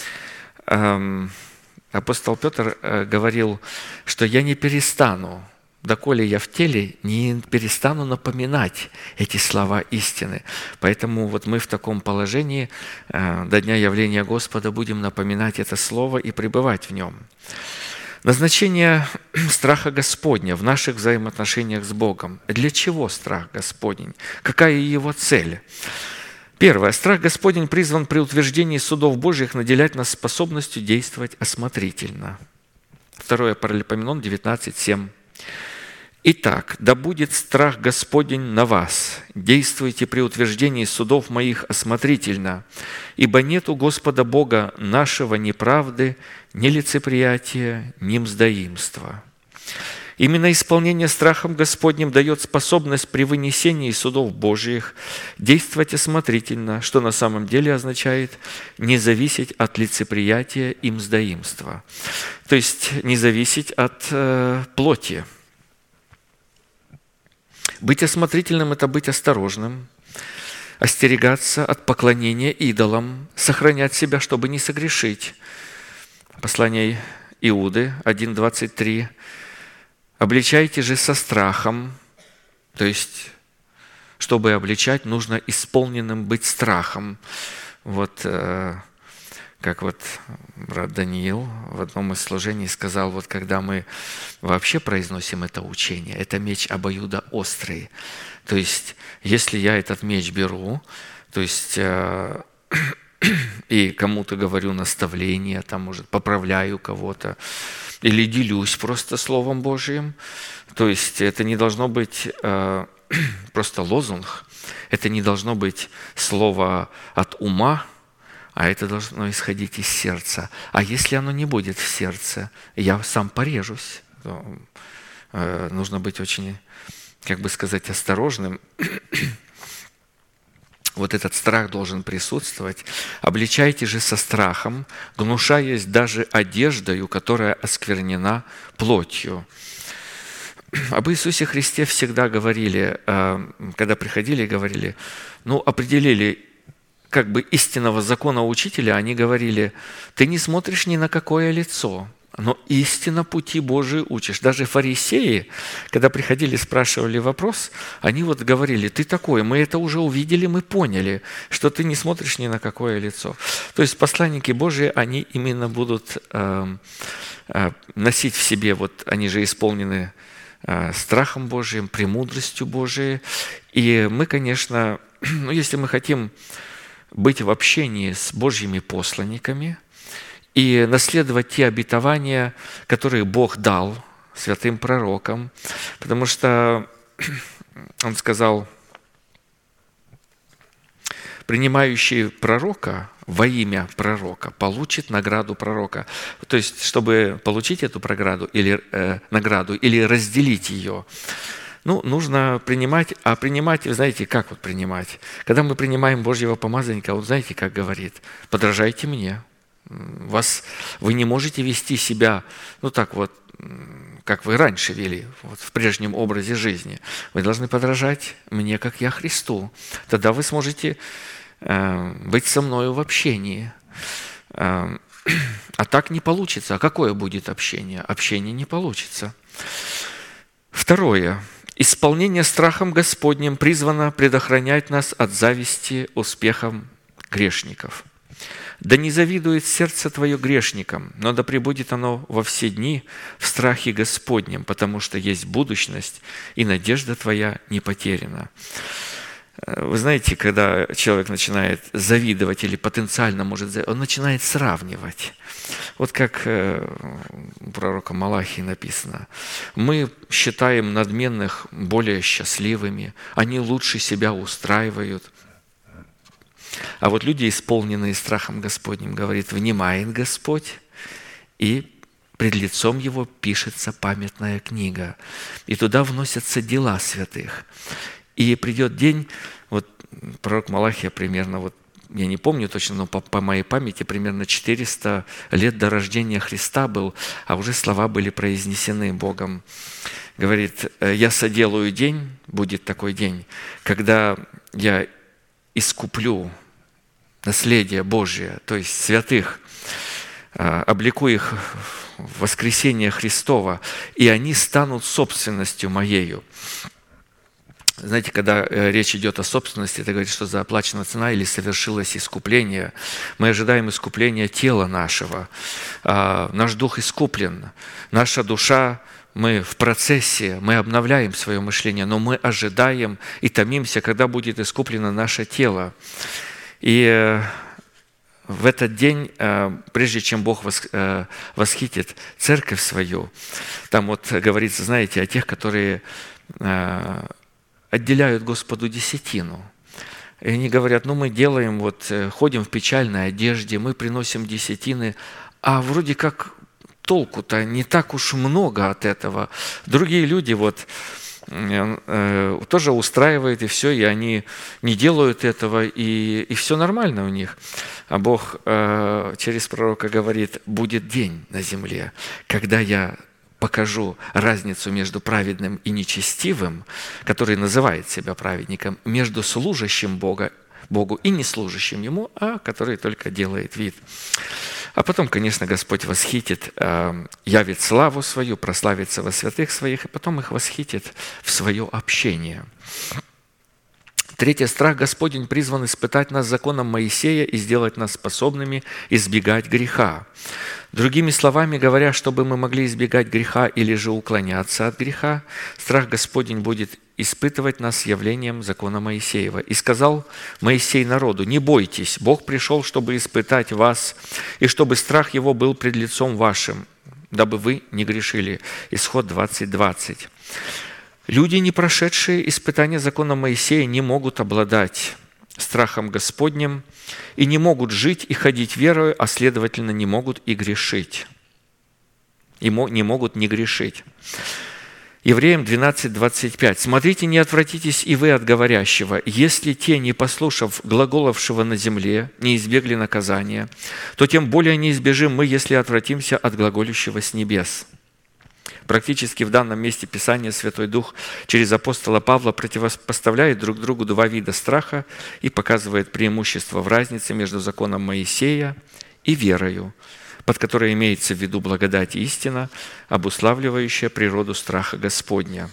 апостол Петр говорил, что «я не перестану, доколе я в теле, не перестану напоминать эти слова истины». Поэтому вот мы в таком положении до дня явления Господа будем напоминать это слово и пребывать в нем. Назначение страха Господня в наших взаимоотношениях с Богом. Для чего страх Господень? Какая его цель? Первое. Страх Господень призван при утверждении судов Божьих наделять нас способностью действовать осмотрительно. Второе. Паралипоменон девятнадцать семь. «Итак, да будет страх Господень на вас. Действуйте при утверждении судов моих осмотрительно, ибо нет у Господа Бога нашего ни правды, ни лицеприятия, ни мздоимства». Именно исполнение страхом Господним дает способность при вынесении судов Божьих действовать осмотрительно, что на самом деле означает не зависеть от лицеприятия и мздоимства, то есть не зависеть от э, плоти. Быть осмотрительным – это быть осторожным, остерегаться от поклонения идолам, сохранять себя, чтобы не согрешить. Послание Иуды один двадцать три. «Обличайте же со страхом», то есть, чтобы обличать, нужно исполненным быть страхом. Вот как вот брат Даниил в одном из служений сказал, вот когда мы вообще произносим это учение, это меч обоюдоострый. То есть, если я этот меч беру, то есть и кому-то говорю наставление, там, может, поправляю кого-то, или делюсь просто Словом Божьим, то есть это не должно быть э, просто лозунг, это не должно быть слово от ума, а это должно исходить из сердца. А если оно не будет в сердце, я сам порежусь. То, э, нужно быть очень, как бы сказать, осторожным. Вот этот страх должен присутствовать. «Обличайте же со страхом, гнушаясь даже одеждою, которая осквернена плотью». Об Иисусе Христе всегда говорили, когда приходили и говорили, ну, определили как бы истинного закона учителя, они говорили, ты не смотришь ни на какое лицо, но истинно пути Божии учишь. Даже фарисеи, когда приходили, спрашивали вопрос, они вот говорили, ты такой, мы это уже увидели, мы поняли, что ты не смотришь ни на какое лицо. То есть посланники Божии, они именно будут э, э, носить в себе, вот они же исполнены э, страхом Божиим, премудростью Божией. И мы, конечно, ну, если мы хотим быть в общении с Божьими посланниками, и наследовать те обетования, которые Бог дал святым пророкам. Потому что Он сказал, принимающий пророка во имя пророка получит награду пророка. То есть, чтобы получить эту награду или, э, награду, или разделить ее, ну, нужно принимать, а принимать, вы знаете, как вот принимать? Когда мы принимаем Божьего помазанника, он знаете, как говорит, подражайте мне. Вас, вы не можете вести себя, ну так вот, как вы раньше вели, вот в прежнем образе жизни. Вы должны подражать мне, как я Христу. Тогда вы сможете э, быть со мною в общении. Э, А так не получится. А какое будет общение? Общение не получится. Второе. Исполнение страхом Господним призвано предохранять нас от зависти успехом грешников. Да не завидует сердце твое грешникам, но да пребудет оно во все дни в страхе Господнем, потому что есть будущность, и надежда твоя не потеряна. Вы знаете, когда человек начинает завидовать или потенциально может завидовать, он начинает сравнивать. Вот как у пророка Малахии написано: «Мы считаем надменных более счастливыми, они лучше себя устраивают». А вот люди, исполненные страхом Господним, говорит: «Внимает Господь, и пред лицом Его пишется памятная книга, и туда вносятся дела святых». И придет день, вот пророк Малахия примерно, вот я не помню точно, но по, по моей памяти примерно четыреста лет до рождения Христа был, а уже слова были произнесены Богом. Говорит: «Я соделаю день, будет такой день, когда я искуплю наследие Божие, то есть святых, облеку их в воскресение Христова, и они станут собственностью моею». Знаете, когда речь идет о собственности, это говорит, что заоплачена цена или совершилось искупление. Мы ожидаем искупления тела нашего. Наш дух искуплен, наша душа, мы в процессе, мы обновляем свое мышление, но мы ожидаем и томимся, когда будет искуплено наше тело. И в этот день, прежде чем Бог восхитит церковь свою, там вот говорится, знаете, о тех, которые отделяют Господу десятину. И они говорят: ну мы делаем, вот ходим в печальной одежде, мы приносим десятины, а вроде как толку-то не так уж много от этого. Другие люди вот э, тоже устраивают, и все, и они не делают этого, и, и все нормально у них. А Бог э, через пророка говорит: будет день на земле, когда я покажу разницу между праведным и нечестивым, который называет себя праведником, между служащим Бога, Богу и не служащим Ему, а который только делает вид. А потом, конечно, Господь восхитит, явит славу свою, прославится во святых своих, и потом их восхитит в свое общение. Третье. Страх Господень призван испытать нас законом Моисея и сделать нас способными избегать греха. Другими словами говоря, чтобы мы могли избегать греха или же уклоняться от греха, страх Господень будет испытывать нас явлением закона Моисеева. «И сказал Моисей народу: не бойтесь, Бог пришел, чтобы испытать вас, и чтобы страх Его был пред лицом вашим, дабы вы не грешили». Исход двадцать двадцать. Люди, не прошедшие испытания закона Моисея, не могут обладать страхом Господним и не могут жить и ходить верою, а следовательно, не могут и грешить. И не могут не грешить. Евреям двенадцать двадцать пять. «Смотрите, не отвратитесь и вы от говорящего. Если те, не послушав глаголовшего на земле, не избегли наказания, то тем более не избежим мы, если отвратимся от глаголющего с небес». Практически в данном месте Писания Святой Дух через апостола Павла противопоставляет друг другу два вида страха и показывает преимущество в разнице между законом Моисея и верою, под которой имеется в виду благодать и истина, обуславливающая природу страха Господня.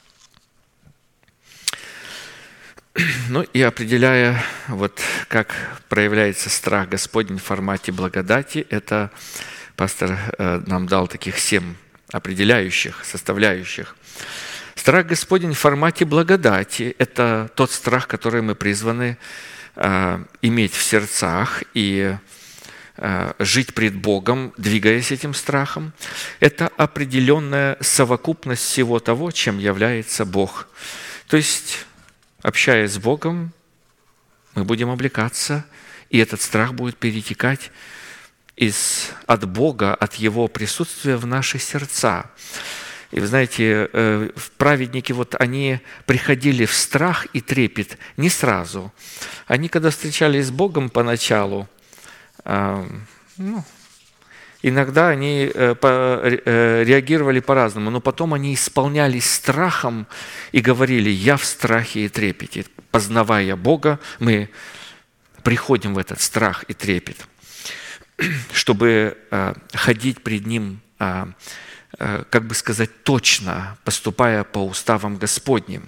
Ну и определяя, вот как проявляется страх Господень в формате благодати, это пастор нам дал таких семь определяющих, составляющих. Страх Господень в формате благодати – это тот страх, который мы призваны э, иметь в сердцах и э, жить пред Богом, двигаясь этим страхом. Это определенная совокупность всего того, чем является Бог. То есть, общаясь с Богом, мы будем облекаться, и этот страх будет перетекать из, от Бога, от Его присутствия в наши сердца. И вы знаете, праведники, вот они приходили в страх и трепет не сразу. Они, когда встречались с Богом поначалу, ну, иногда они реагировали по-разному, но потом они исполнялись страхом и говорили: «Я в страхе и трепете». Познавая Бога, мы приходим в этот страх и трепет. чтобы ходить пред Ним, как бы сказать, точно, поступая по уставам Господним,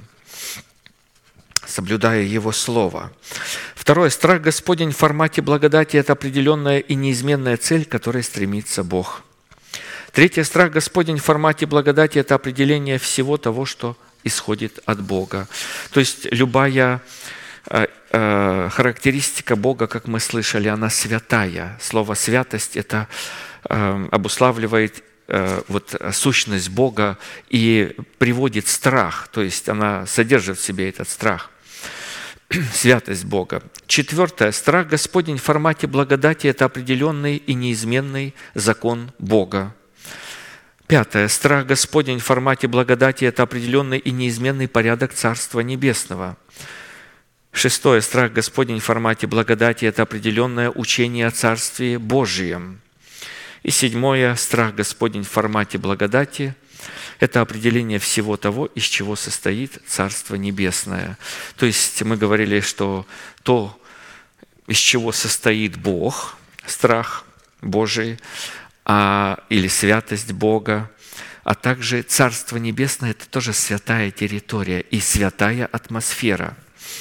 соблюдая Его Слово. Второе. Страх Господень в формате благодати – это определенная и неизменная цель, к которой стремится Бог. Третье. Страх Господень в формате благодати – это определение всего того, что исходит от Бога. То есть любая э, э, характеристика Бога, как мы слышали, она святая. Слово «святость» – это э, обуславливает э, вот, сущность Бога и приводит страх, то есть она содержит в себе этот страх. Святость Бога. Четвертое. Страх Господень в формате благодати – это определенный и неизменный закон Бога. Пятое. Страх Господень в формате благодати – это определенный и неизменный порядок Царства Небесного. Шестое. Страх Господень в формате благодати – это определенное учение о Царстве Божьем. И седьмое. Страх Господень в формате благодати – это определение всего того, из чего состоит Царство Небесное. То есть мы говорили, что то, из чего состоит Бог, страх Божий, а, или святость Бога, а также Царство Небесное – это тоже святая территория и святая атмосфера.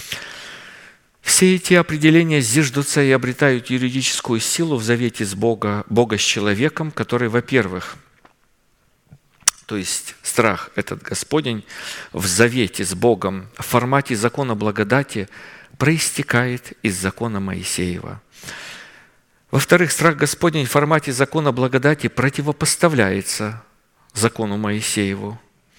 Все эти определения зиждутся и обретают юридическую силу в завете с Бога, Бога с человеком, который, во-первых, то есть страх этот Господень в завете с Богом в формате закона благодати проистекает из закона Моисеева. Во-вторых, страх Господень в формате закона благодати противопоставляется закону Моисееву.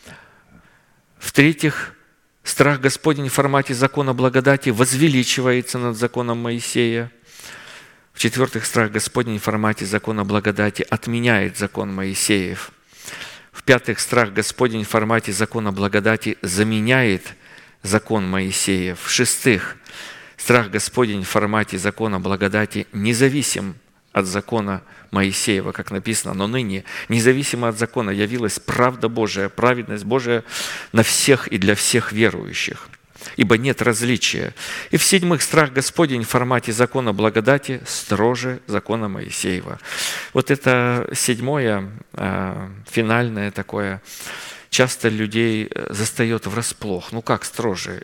В-третьих, страх Господень в формате закона благодати возвеличивается над законом Моисея. В-четвертых, страх Господень в формате закона благодати отменяет закон Моисеев. В-пятых, страх Господень в формате закона благодати заменяет закон Моисеев. В-шестых, страх Господень в формате закона благодати независим от закона Моисеева, как написано, но ныне независимо от закона явилась правда Божия, праведность Божия на всех и для всех верующих, ибо нет различия. И в-седьмых, страх Господень в формате закона благодати строже закона Моисеева. Вот это седьмое, финальное такое, часто людей застает врасплох. Ну как строже?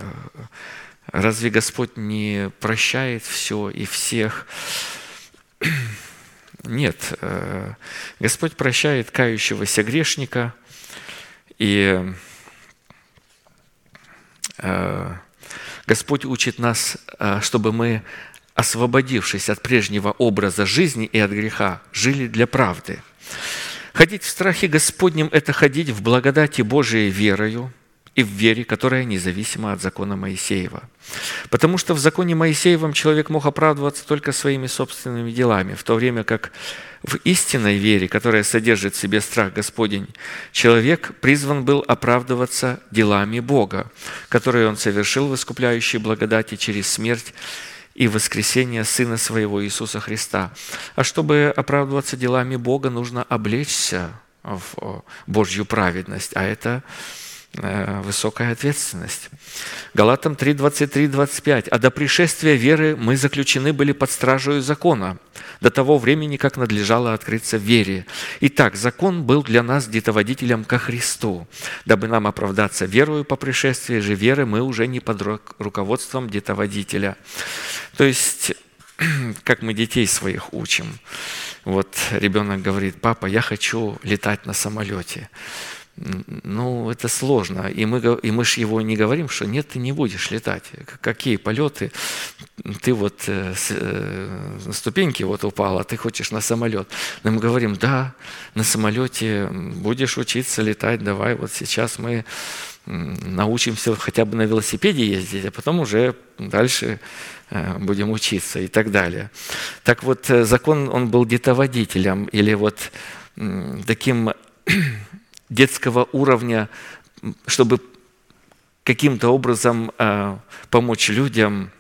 Разве Господь не прощает все и всех? Нет. Господь прощает кающегося грешника, и Господь учит нас, чтобы мы, освободившись от прежнего образа жизни и от греха, жили для правды. Ходить в страхе Господнем – это ходить в благодати Божией верою и в вере, которая независима от закона Моисеева. Потому что в законе Моисеевом человек мог оправдываться только своими собственными делами, в то время как в истинной вере, которая содержит в себе страх Господень, человек призван был оправдываться делами Бога, которые он совершил в искупляющей благодати через смерть и воскресение Сына Своего Иисуса Христа. А чтобы оправдываться делами Бога, нужно облечься в Божью праведность, а это высокая ответственность. Галатам три, двадцать три, двадцать пять. «А до пришествия веры мы заключены были под стражей закона, до того времени, как надлежало открыться в вере. Итак, закон был для нас детоводителем ко Христу, дабы нам оправдаться верою по пришествии же веры, мы уже не под руководством детоводителя». То есть, как мы детей своих учим. Вот ребенок говорит: «Папа, я хочу летать на самолете». Ну, это сложно. И мы, и мы же его не говорим, что нет, ты не будешь летать. Какие полеты? Ты вот э, с, э, на ступеньки вот упал, а ты хочешь на самолет. Но мы говорим: да, на самолете будешь учиться летать, давай, вот сейчас мы научимся хотя бы на велосипеде ездить, а потом уже дальше э, будем учиться и так далее. Так вот, закон, он был детоводителем или вот э, таким детского уровня, чтобы каким-то образом э, помочь людям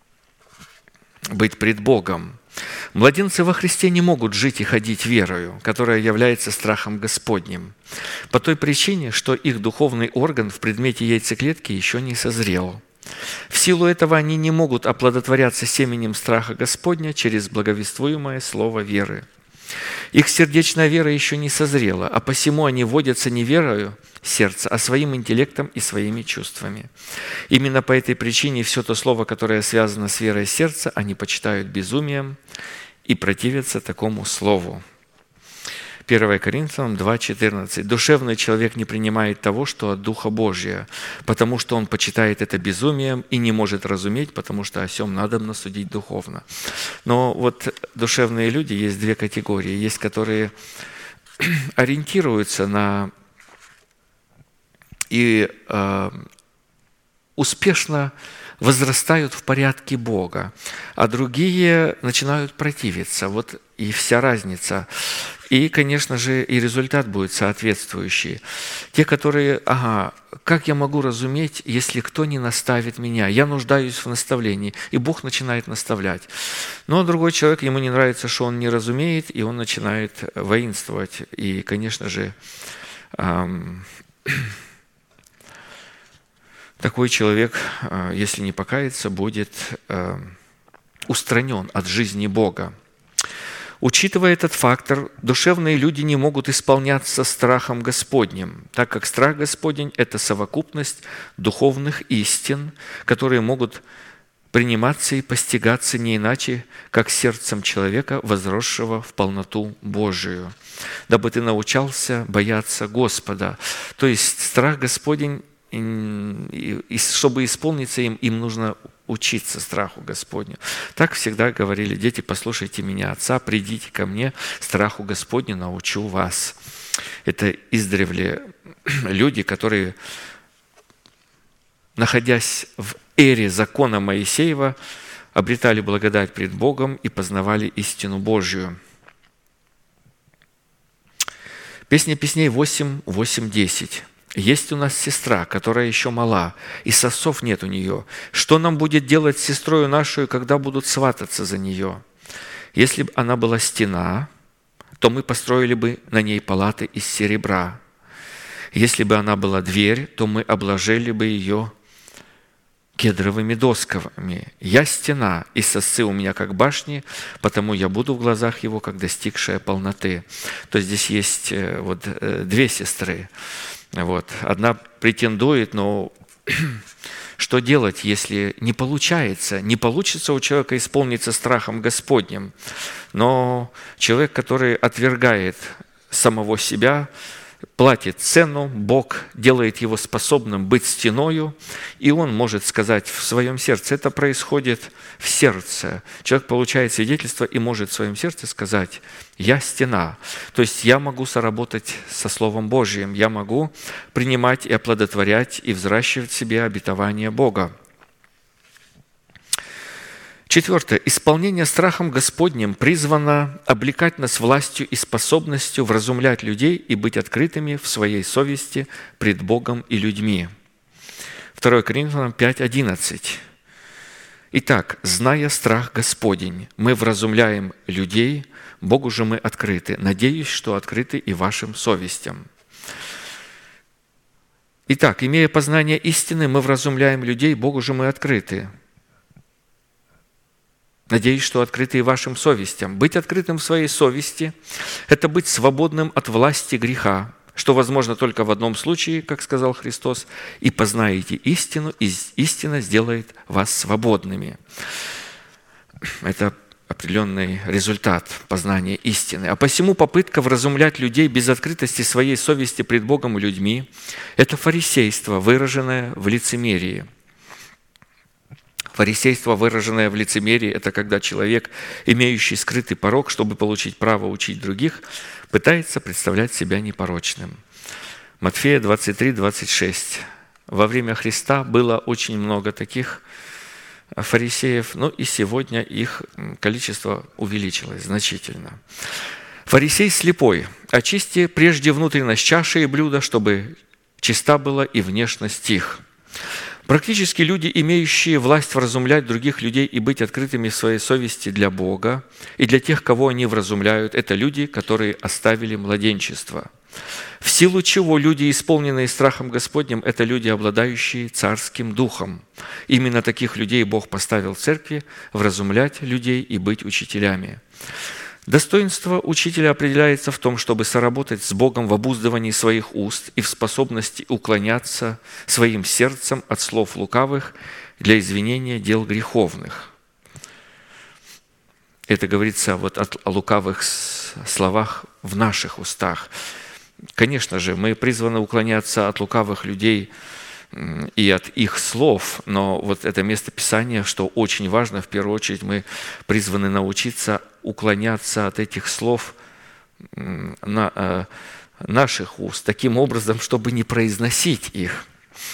быть пред Богом. Младенцы во Христе не могут жить и ходить верою, которая является страхом Господним, по той причине, что их духовный орган в предмете яйцеклетки еще не созрел. В силу этого они не могут оплодотворяться семенем страха Господня через благовествуемое слово веры. Их сердечная вера еще не созрела, а посему они водятся не верою сердца, а своим интеллектом и своими чувствами. Именно по этой причине все то слово, которое связано с верой сердца, они почитают безумием и противятся такому слову. первое Коринфянам два четырнадцать. «Душевный человек не принимает того, что от Духа Божия, потому что он почитает это безумием и не может разуметь, потому что о сем надобно судить духовно». Но вот душевные люди, есть две категории. Есть, которые ориентируются на и э, успешно возрастают в порядке Бога, а другие начинают противиться. Вот и вся разница. И, конечно же, и результат будет соответствующий. Те, которые, ага, как я могу разуметь, если кто не наставит меня? Я нуждаюсь в наставлении, и Бог начинает наставлять. Но другой человек, ему не нравится, что он не разумеет, и он начинает воинствовать. И, конечно же, эм, такой человек, если не покается, будет устранен от жизни Бога. Учитывая этот фактор, душевные люди не могут исполняться страхом Господним, так как страх Господень – это совокупность духовных истин, которые могут приниматься и постигаться не иначе, как сердцем человека, возросшего в полноту Божию, дабы ты научался бояться Господа. То есть страх Господень, и чтобы исполниться им, им нужно учиться страху Господню. Так всегда говорили: дети, послушайте меня, Отца, придите ко мне, страху Господню научу вас. Это издревле люди, которые, находясь в эре закона Моисеева, обретали благодать пред Богом и познавали истину Божью. Песня песней восемь, восемь, десять. «Есть у нас сестра, которая еще мала, и сосов нет у нее. Что нам будет делать с сестрою нашу, когда будут свататься за нее? Если бы она была стена, то мы построили бы на ней палаты из серебра. Если бы она была дверь, то мы обложили бы ее кедровыми досками. Я стена, и сосцы у меня как башни, потому я буду в глазах его, как достигшая полноты». То есть здесь есть вот две сестры. Вот. Одна претендует, но что делать, если не получается? Не получится у человека исполниться страхом Господним. Но человек, который отвергает самого себя, платит цену, Бог делает его способным быть стеною, и он может сказать в своем сердце, это происходит в сердце. Человек получает свидетельство и может в своем сердце сказать: «Я стена». То есть я могу соработать со Словом Божьим, я могу принимать и оплодотворять, и взращивать в себе обетование Бога. Четвертое. Исполнение страхом Господним призвано облекать нас властью и способностью вразумлять людей и быть открытыми в своей совести пред Богом и людьми. второе Коринфянам пять, одиннадцать. «Итак, зная страх Господень, мы вразумляем людей, Богу же мы открыты. Надеюсь, что открыты и вашим совестям». Итак, имея познание истины, мы вразумляем людей, Богу же мы открыты. Надеюсь, что открыты и вашим совестям. Быть открытым в своей совести – это быть свободным от власти греха, что возможно только в одном случае, как сказал Христос: «И познаете истину, и истина сделает вас свободными». Это определенный результат познания истины. А посему попытка вразумлять людей без открытости своей совести пред Богом и людьми – это фарисейство, выраженное в лицемерии. Фарисейство, выраженное в лицемерии, это когда человек, имеющий скрытый порок, чтобы получить право учить других, пытается представлять себя непорочным. Матфея двадцать три, двадцать шесть. Во время Христа было очень много таких фарисеев, но и сегодня их количество увеличилось значительно. «Фарисей слепой, очисти прежде внутренность чаши и блюда, чтобы чиста была и внешность их». Практически люди, имеющие власть вразумлять других людей и быть открытыми в своей совести для Бога и для тех, кого они вразумляют, это люди, которые оставили младенчество. В силу чего люди, исполненные страхом Господним, это люди, обладающие царским духом. Именно таких людей Бог поставил в церкви вразумлять людей и быть учителями. Достоинство учителя определяется в том, чтобы соработать с Богом в обуздывании своих уст и в способности уклоняться своим сердцем от слов лукавых для извинения дел греховных. Это говорится вот о лукавых словах в наших устах. Конечно же, мы призваны уклоняться от лукавых людей и от их слов, но вот это место Писания, что очень важно, в первую очередь мы призваны научиться уклоняться от этих слов на, э, наших уст, таким образом, чтобы не произносить их.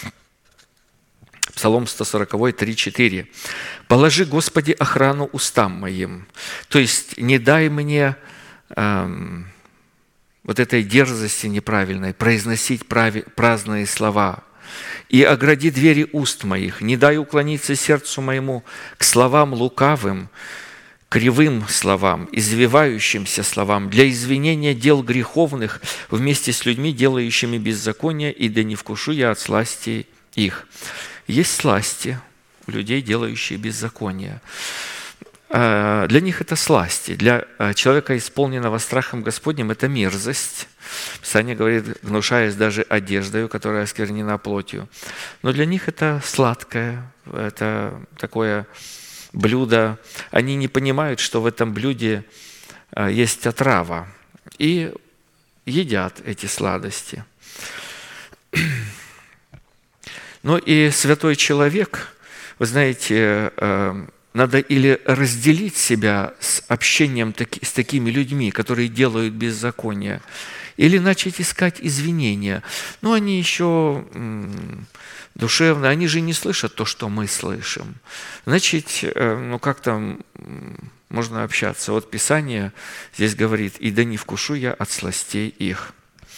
Псалом сто сорок, три четыре. «Положи, Господи, охрану устам моим». То есть не дай мне э, вот этой дерзости неправильной произносить прави, праздные слова. «И огради двери уст моих, не дай уклониться сердцу моему к словам лукавым, кривым словам, извивающимся словам, для извинения дел греховных вместе с людьми, делающими беззаконие, и да не вкушу я от сласти их». Есть сласти у людей, делающие беззаконие. Для них это сласти. Для человека, исполненного страхом Господним, это мерзость. Писание говорит, гнушаясь даже одеждою, которая осквернена плотью. Но для них это сладкое, это такое блюдо. Они не понимают, что в этом блюде есть отрава. И едят эти сладости. Но и святой человек, вы знаете, надо или разделить себя с общением с такими людьми, которые делают беззаконие, или начать искать извинения. Но они еще душевно, они же не слышат то, что мы слышим. Значит, ну как там можно общаться? Вот Писание здесь говорит, «И да не вкушу я от сластей их».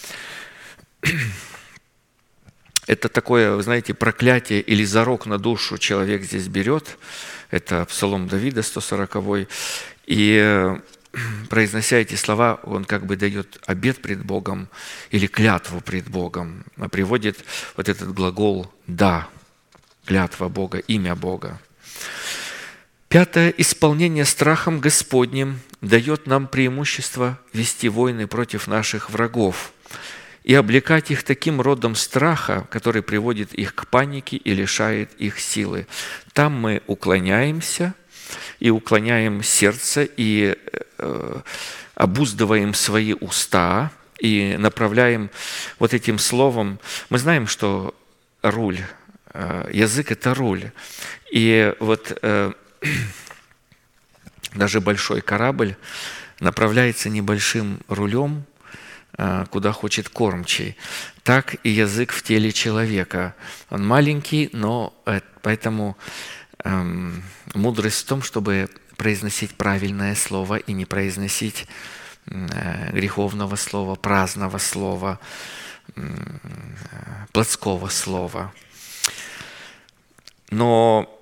Это такое, вы знаете, проклятие или зарок на душу человек здесь берет. Это Псалом Давида, сто сороковой. И произнося эти слова, он как бы дает обет пред Богом или клятву пред Богом. Приводит вот этот глагол «да», клятва Бога, имя Бога. Пятое. Исполнение страхом Господним дает нам преимущество вести войны против наших врагов и облекать их таким родом страха, который приводит их к панике и лишает их силы. Там мы уклоняемся и уклоняем сердце, и э, обуздываем свои уста, и направляем вот этим словом. Мы знаем, что руль, э, язык – это руль. И вот э, даже большой корабль направляется небольшим рулем, куда хочет кормчий. Так и язык в теле человека. Он маленький, но поэтому эм, мудрость в том, чтобы произносить правильное слово и не произносить э, греховного слова, праздного слова, э, плотского слова. Но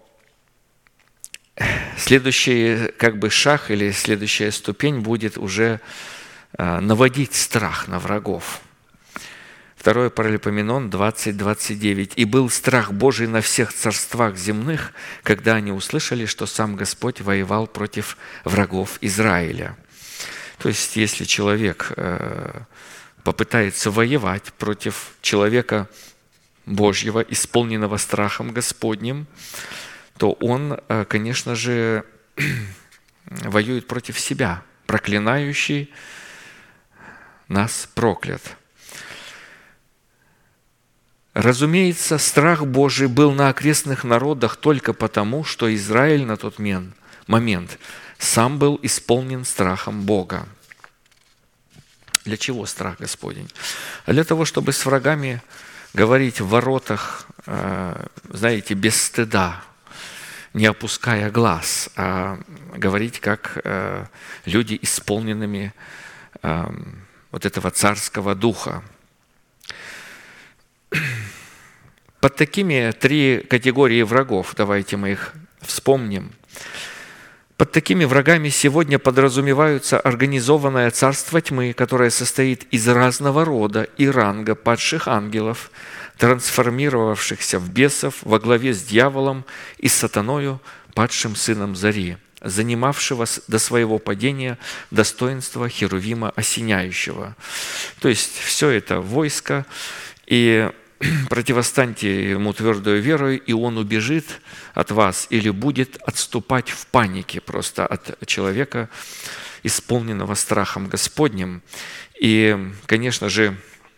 следующий как бы шаг или следующая ступень будет уже наводить страх на врагов. Второе Паралипоменон двадцать двадцать девять. «И был страх Божий на всех царствах земных, когда они услышали, что сам Господь воевал против врагов Израиля». То есть, если человек попытается воевать против человека Божьего, исполненного страхом Господним, то он, конечно же, воюет против себя, проклинающий нас проклят. Разумеется, страх Божий был на окрестных народах только потому, что Израиль на тот момент сам был исполнен страхом Бога. Для чего страх Господень? А для того, чтобы с врагами говорить в воротах, знаете, без стыда, не опуская глаз, а говорить как люди, исполненными вот этого царского духа. Под такими три категории врагов, давайте мы их вспомним. Под такими врагами сегодня подразумеваются организованное царство тьмы, которое состоит из разного рода и ранга падших ангелов, трансформировавшихся в бесов во главе с дьяволом и сатаною, падшим сыном зари, занимавшего до своего падения достоинство Херувима осеняющего. То есть все это войско, и противостаньте ему твердою верою, и он убежит от вас или будет отступать в панике просто от человека, исполненного страхом Господним. И, конечно же,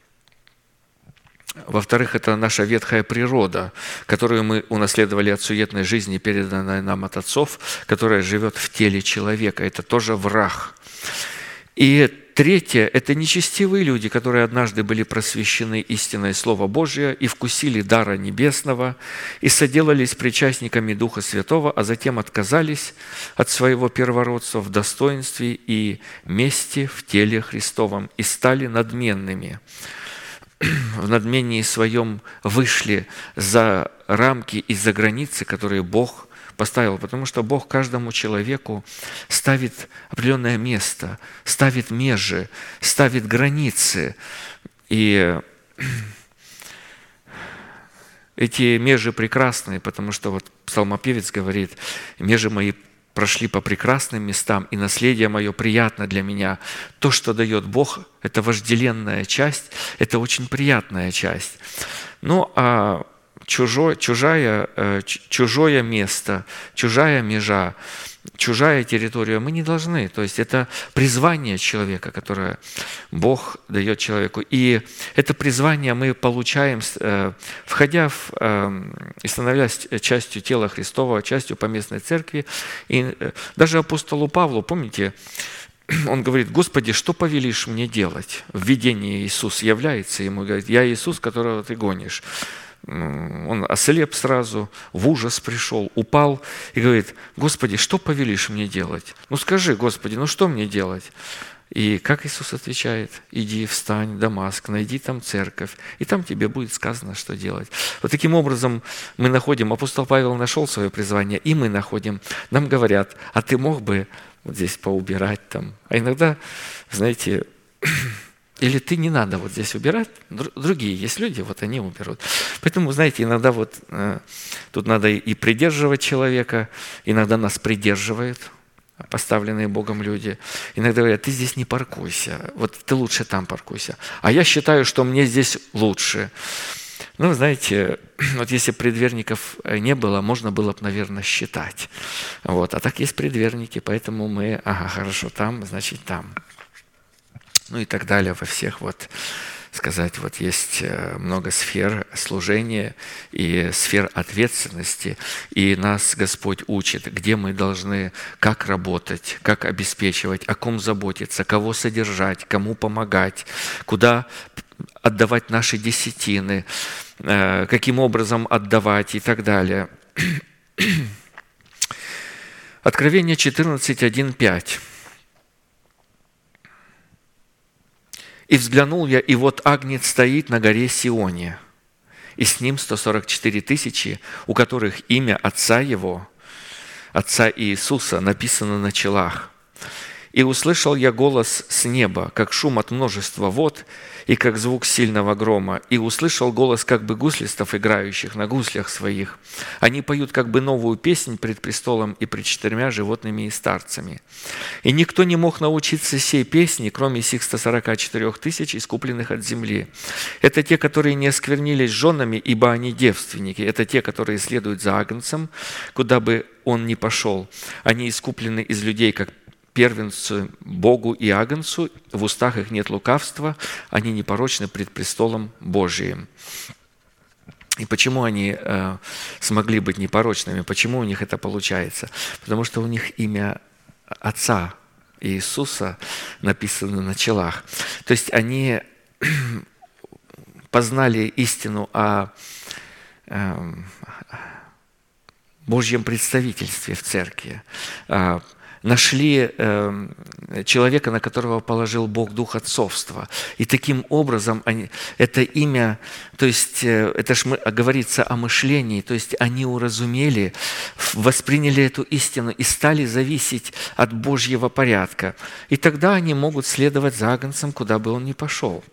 во-вторых, это наша ветхая природа, которую мы унаследовали от суетной жизни, переданной нам от отцов, которая живет в теле человека. Это тоже враг. И третье – это нечестивые люди, которые однажды были просвещены истиной Слова Божия и вкусили дара небесного, и соделались причастниками Духа Святого, а затем отказались от своего первородства в достоинстве и месте в теле Христовом и стали надменными. В надмении своем вышли за рамки и за границы, которые Бог поставил, потому что Бог каждому человеку ставит определенное место, ставит межи, ставит границы. И эти межи прекрасные, потому что вот псалмопевец говорит: «Межи мои прошли по прекрасным местам, и наследие мое приятно для меня». То, что дает Бог, это вожделенная часть, это очень приятная часть. Ну, а чужое, чужая, чужое место, чужая межа, чужая территория мы не должны. То есть это призвание человека, которое Бог дает человеку. И это призвание мы получаем, входя в, и становясь частью тела Христова, частью поместной церкви. И даже апостолу Павлу, помните, он говорит: «Господи, что повелишь мне делать?» В видении Иисус является ему, говорит: «Я Иисус, которого ты гонишь». Он ослеп сразу, в ужас пришел, упал и говорит: «Господи, что повелишь мне делать? Ну скажи, Господи, ну что мне делать?» И как Иисус отвечает: «Иди, встань, Дамаск, найди там церковь, и там тебе будет сказано, что делать». Вот таким образом мы находим, апостол Павел нашел свое призвание, и мы находим. Нам говорят: «А ты мог бы вот здесь поубирать там?» А иногда, знаете, или ты не надо вот здесь убирать, другие есть люди, вот они уберут. Поэтому, знаете, иногда вот э, тут надо и придерживать человека, иногда нас придерживают поставленные Богом люди. Иногда говорят: «Ты здесь не паркуйся, вот ты лучше там паркуйся». А я считаю, что мне здесь лучше. Ну, знаете, вот если предверников не было, можно было бы, наверное, считать. Вот. А так есть предверники, поэтому мы, ага, хорошо, там, значит, там. Ну и так далее во всех, вот, сказать, вот есть много сфер служения и сфер ответственности, и нас Господь учит, где мы должны, как работать, как обеспечивать, о ком заботиться, кого содержать, кому помогать, куда отдавать наши десятины, каким образом отдавать и так далее. Откровение четырнадцать, один, пять. «И взглянул я, и вот Агнец стоит на горе Сионе, и с ним сто сорок четыре тысячи, у которых имя Отца Его, Отца Иисуса, написано на челах. И услышал я голос с неба, как шум от множества вод, и как звук сильного грома. И услышал голос как бы гуслистов, играющих на гуслях своих. Они поют как бы новую песнь пред престолом и пред четырьмя животными и старцами. И никто не мог научиться сей песни, кроме сих ста сорока четырёх тысяч, искупленных от земли. Это те, которые не осквернились женами, ибо они девственники. Это те, которые следуют за Агнцем, куда бы он ни пошел. Они искуплены из людей, как первенцу Богу и Агнцу, в устах их нет лукавства, они непорочны пред престолом Божиим». И почему они э, смогли быть непорочными? Почему у них это получается? Потому что у них имя Отца Иисуса написано на челах. То есть они познали истину о э, Божьем представительстве в церкви, нашли э, человека, на которого положил Бог дух отцовства. И таким образом они, это имя, то есть э, это ж говорится о мышлении, то есть они уразумели, восприняли эту истину и стали зависеть от Божьего порядка. И тогда они могут следовать за Агнцем, куда бы он ни пошел.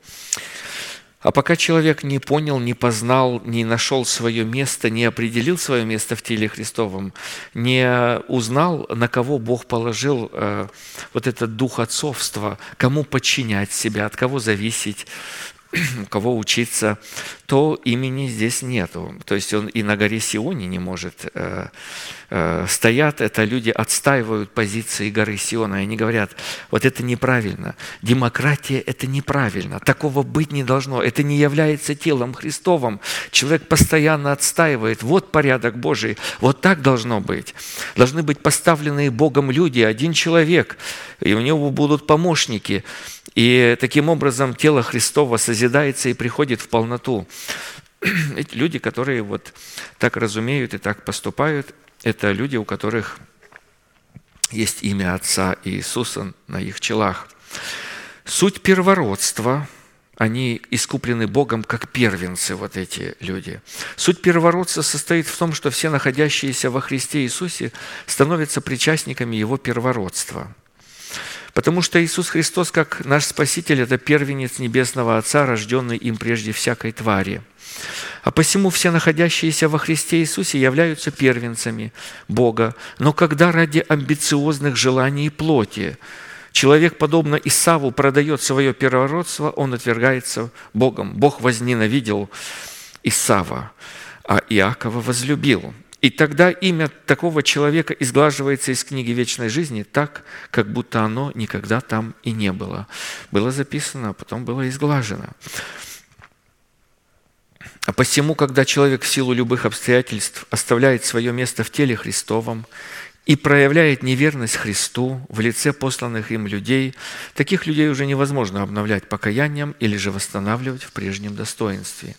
А пока человек не понял, не познал, не нашел свое место, не определил свое место в теле Христовом, не узнал, на кого Бог положил э, вот этот дух отцовства, кому подчинять себя, от кого зависеть, у кого учиться, то имени здесь нету. То есть он и на горе Сионе не может э, э, стоять. Это люди отстаивают позиции горы Сиона. И они говорят, вот это неправильно. Демократия – это неправильно. Такого быть не должно. Это не является телом Христовым. Человек постоянно отстаивает. Вот порядок Божий. Вот так должно быть. Должны быть поставленные Богом люди. Один человек. И у него будут помощники. И таким образом тело Христово созидается и приходит в полноту. Эти люди, которые вот так разумеют и так поступают, это люди, у которых есть имя Отца Иисуса на их челах. Суть первородства, они искуплены Богом как первенцы, вот эти люди. Суть первородства состоит в том, что все находящиеся во Христе Иисусе становятся причастниками Его первородства. Потому что Иисус Христос, как наш Спаситель, это первенец Небесного Отца, рожденный им прежде всякой твари. А посему все находящиеся во Христе Иисусе являются первенцами Бога. Но когда ради амбициозных желаний плоти человек, подобно Исаву, продает свое первородство, он отвергается Богом. Бог возненавидел Исава, а Иакова возлюбил. И тогда имя такого человека изглаживается из книги вечной жизни так, как будто оно никогда там и не было. Было записано, а потом было изглажено. А посему, когда человек в силу любых обстоятельств оставляет свое место в теле Христовом и проявляет неверность Христу в лице посланных им людей, таких людей уже невозможно обновлять покаянием или же восстанавливать в прежнем достоинстве.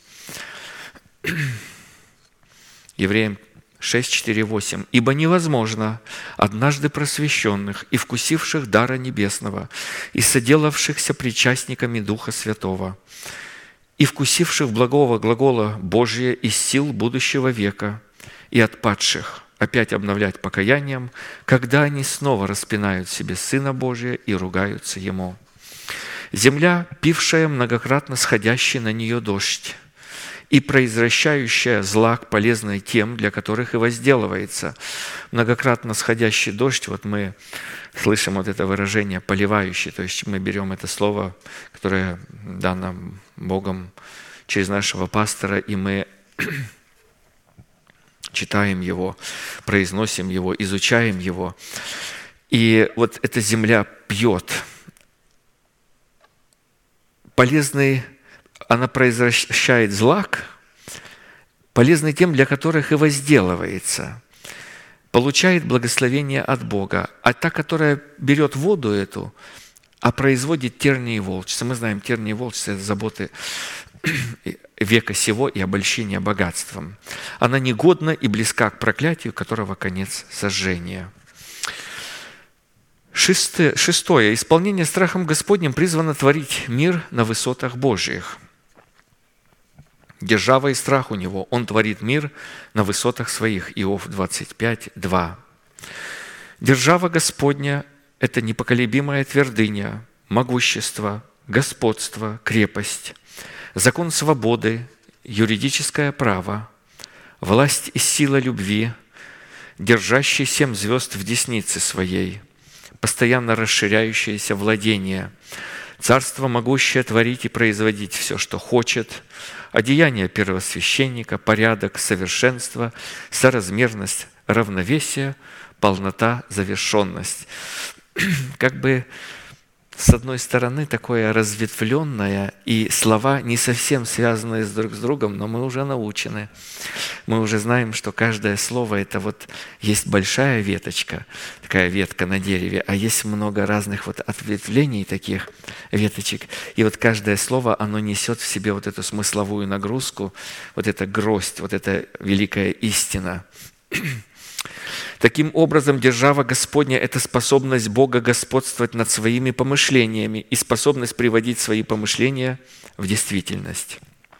Евреям шесть, четыре, восемь. «Ибо невозможно однажды просвещенных и вкусивших дара небесного, и соделавшихся причастниками Духа Святого, и вкусивших благого глагола Божия из сил будущего века, и отпадших опять обновлять покаянием, когда они снова распинают себе Сына Божия и ругаются Ему. Земля, пившая многократно сходящий на нее дождь, и произвращающая злак, полезной тем, для которых и возделывается. Многократно сходящий дождь, вот мы слышим вот это выражение «поливающий», то есть мы берем это слово, которое дано Богом через нашего пастора, и мы читаем его, произносим его, изучаем его. И вот эта земля пьет. Полезный она произвращает злак, полезный тем, для которых и возделывается, получает благословение от Бога. А та, которая берет воду эту, а производит тернии и волчицы. Мы знаем, тернии и волчицы – это заботы века сего и обольщения богатством. Она негодна и близка к проклятию, которого конец сожжения. Шестое. Шестое. Исполнение страхом Господним призвано творить мир на высотах Божьих. Держава и страх у него, он творит мир на высотах своих. Иов двадцать пять, два. Держава Господня – это непоколебимая твердыня, могущество, господство, крепость, закон свободы, юридическое право, власть и сила любви, держащий семь звезд в деснице своей, постоянно расширяющееся владение, царство, могущее творить и производить все, что хочет, одеяние первосвященника, порядок, совершенство, соразмерность, равновесие, полнота, завершенность. Как бы с одной стороны такое разветвленное, и слова не совсем связанные друг с другом, но мы уже научены. Мы уже знаем, что каждое слово – это вот есть большая веточка, такая ветка на дереве, а есть много разных вот ответвлений таких веточек. И вот каждое слово, оно несет в себе вот эту смысловую нагрузку, вот эта гроздь, вот эта великая истина. Таким образом, держава Господня – это способность Бога господствовать над своими помышлениями и способность приводить свои помышления в действительность.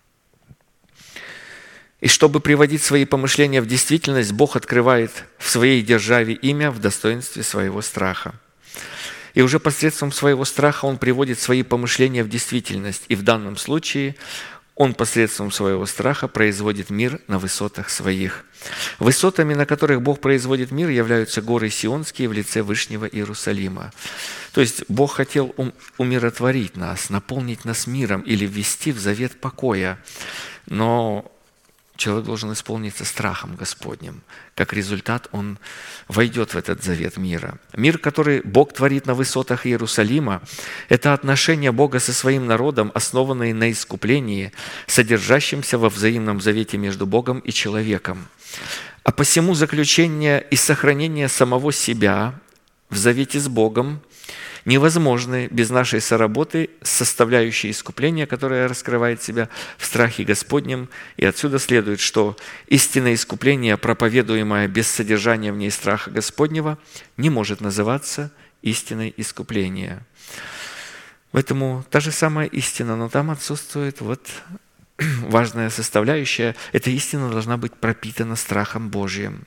И чтобы приводить свои помышления в действительность, Бог открывает в своей державе имя в достоинстве своего страха. И уже посредством своего страха Он приводит свои помышления в действительность. И в данном случае Он посредством своего страха производит мир на высотах своих. Высотами, на которых Бог производит мир, являются горы Сионские в лице Вышнего Иерусалима. То есть Бог хотел умиротворить нас, наполнить нас миром или ввести в завет покоя. Но человек должен исполниться страхом Господним. Как результат, он войдет в этот завет мира. Мир, который Бог творит на высотах Иерусалима, это отношения Бога со своим народом, основанные на искуплении, содержащемся во взаимном завете между Богом и человеком. А посему заключение и сохранение самого себя в завете с Богом невозможны без нашей соработы с составляющей искупления, которая раскрывает себя в страхе Господнем. И отсюда следует, что истинное искупление, проповедуемое без содержания в ней страха Господнего, не может называться истиной искупления. Поэтому та же самая истина, но там отсутствует вот важная составляющая. Эта истина должна быть пропитана страхом Божьим.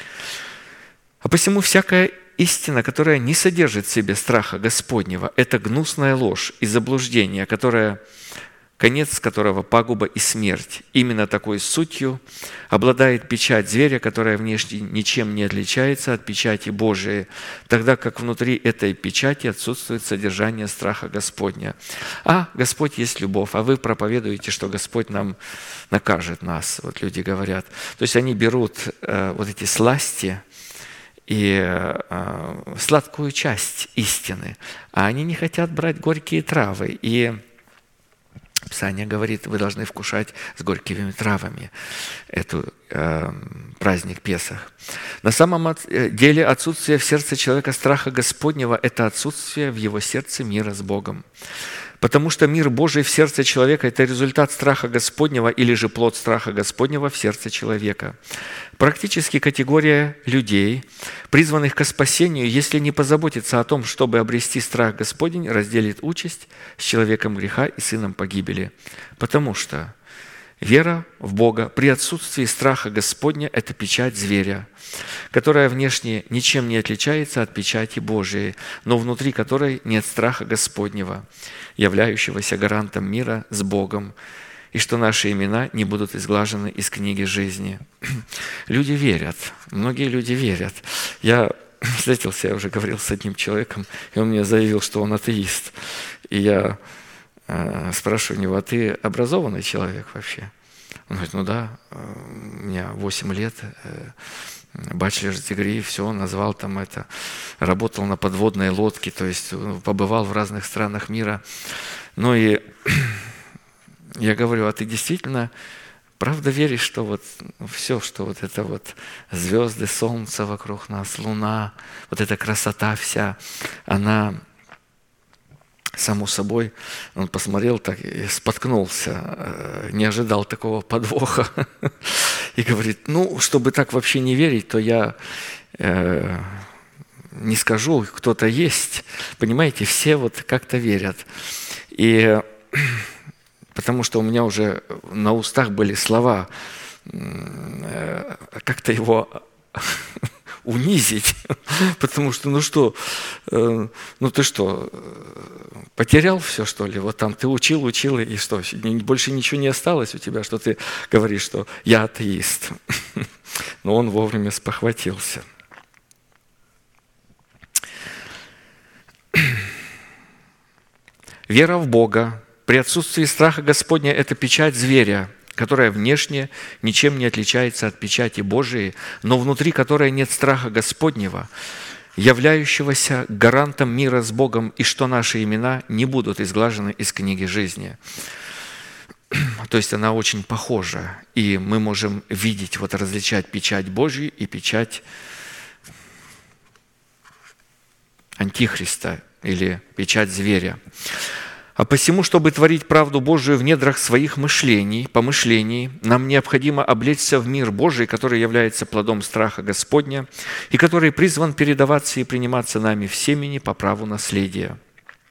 А посему всякая истина, которая не содержит в себе страха Господнего, это гнусная ложь и заблуждение, которое, конец которого пагуба и смерть. Именно такой сутью обладает печать зверя, которая внешне ничем не отличается от печати Божией, тогда как внутри этой печати отсутствует содержание страха Господня. А Господь есть любовь, а вы проповедуете, что Господь нам накажет нас, вот люди говорят. То есть они берут э, вот эти сласти и э, сладкую часть истины, а они не хотят брать горькие травы. И Писание говорит, вы должны вкушать с горькими травами эту э, праздник Песах. На самом деле отсутствие в сердце человека страха Господнего – это отсутствие в его сердце мира с Богом. Потому что мир Божий в сердце человека – это результат страха Господнего или же плод страха Господнего в сердце человека. Практически категория людей, призванных ко спасению, если не позаботиться о том, чтобы обрести страх Господень, разделит участь с человеком греха и сыном погибели. Потому что вера в Бога при отсутствии страха Господня – это печать зверя, которая внешне ничем не отличается от печати Божией, но внутри которой нет страха Господнего, являющегося гарантом мира с Богом, и что наши имена не будут изглажены из книги жизни. Люди верят, многие люди верят. Я встретился, я уже говорил с одним человеком, и он мне заявил, что он атеист. И я э, спрашиваю у него, а ты образованный человек вообще? Он говорит, ну да, у меня восемь лет, э, bachelor's degree, все, назвал там это, работал на подводной лодке, то есть побывал в разных странах мира. Ну и я говорю, а ты действительно правда веришь, что вот все, что вот это вот звезды, солнце вокруг нас, луна, вот эта красота вся, она само собой, он посмотрел так и споткнулся, не ожидал такого подвоха. И говорит, ну, чтобы так вообще не верить, то я э, не скажу, кто-то есть. Понимаете, все вот как-то верят. И потому что у меня уже на устах были слова, э, как-то его унизить, потому что, ну что, э, ну ты что, потерял все, что ли? Вот там ты учил, учил, и что, больше ничего не осталось у тебя, что ты говоришь, что я атеист. Но он вовремя спохватился. Вера в Бога при отсутствии страха Господня – это печать зверя, которая внешне ничем не отличается от печати Божией, но внутри которой нет страха Господнего, являющегося гарантом мира с Богом, и что наши имена не будут изглажены из книги жизни. То есть она очень похожа, и мы можем видеть, вот различать печать Божью и печать Антихриста или печать зверя. А посему, чтобы творить правду Божию в недрах своих мышлений, помышлений, нам необходимо облечься в мир Божий, который является плодом страха Господня и который призван передаваться и приниматься нами в семени по праву наследия.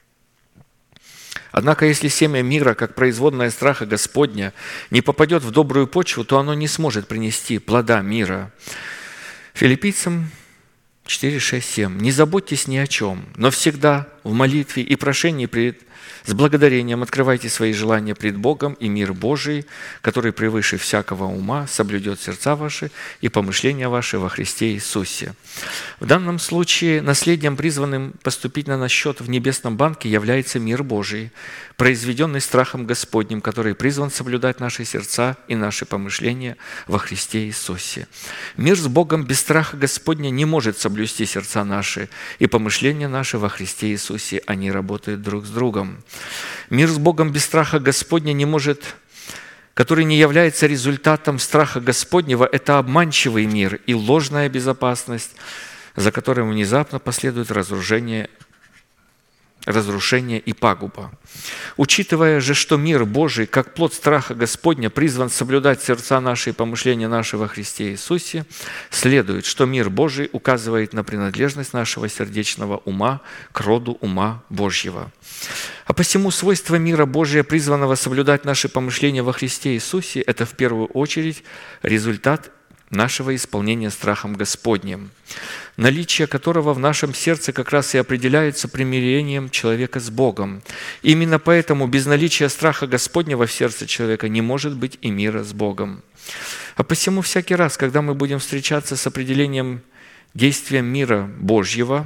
Однако, если семя мира, как производное страха Господня, не попадет в добрую почву, то оно не сможет принести плода мира. Филиппийцам четыре, шесть, семь. «Не заботьтесь ни о чем, но всегда в молитве и прошении пред С благодарением открывайте свои желания пред Богом, и мир Божий, который превыше всякого ума, соблюдет сердца ваши и помышления ваши во Христе Иисусе». В данном случае наследием, призванным поступить на наш счет в небесном банке, является мир Божий, произведенный страхом Господним, который призван соблюдать наши сердца и наши помышления во Христе Иисусе. Мир с Богом без страха Господня не может соблюсти сердца наши и помышления наши во Христе Иисусе. Они работают друг с другом. Мир с Богом без страха Господня не может, который не является результатом страха Господнего, это обманчивый мир и ложная безопасность, за которым внезапно последует разрушение, разрушение и пагуба. Учитывая же, что мир Божий, как плод страха Господня, призван соблюдать сердца наши и помышления наши во Христе Иисусе, следует, что мир Божий указывает на принадлежность нашего сердечного ума к роду ума Божьего. А посему свойство мира Божия, призванного соблюдать наши помышления во Христе Иисусе, это в первую очередь результат нашего исполнения страхом Господним, наличие которого в нашем сердце как раз и определяется примирением человека с Богом. Именно поэтому без наличия страха Господнего в сердце человека не может быть и мира с Богом. А посему всякий раз, когда мы будем встречаться с определением действия мира Божьего,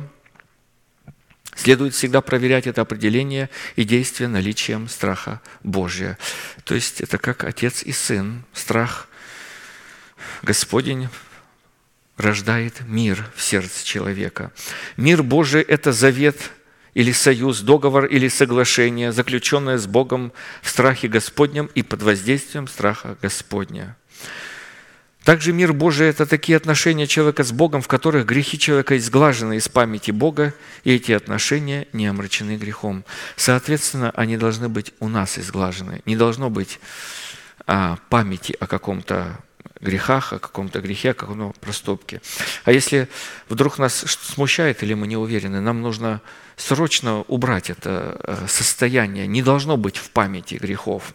следует всегда проверять это определение и действие наличием страха Божия. То есть это как отец и сын. Страх Господень рождает мир в сердце человека. Мир Божий – это завет или союз, договор или соглашение, заключенное с Богом в страхе Господнем и под воздействием страха Господня. Также мир Божий – это такие отношения человека с Богом, в которых грехи человека изглажены из памяти Бога, и эти отношения не омрачены грехом. Соответственно, они должны быть у нас изглажены. Не должно быть а, памяти о каком-то грехах, о каком-то грехе, о каком-то проступке. А если вдруг нас смущает или мы не уверены, нам нужно срочно убрать это состояние. Не должно быть в памяти грехов.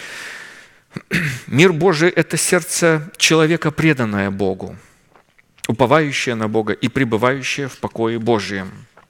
Мир Божий – это сердце человека, преданное Богу, уповающее на Бога и пребывающее в покое Божьем.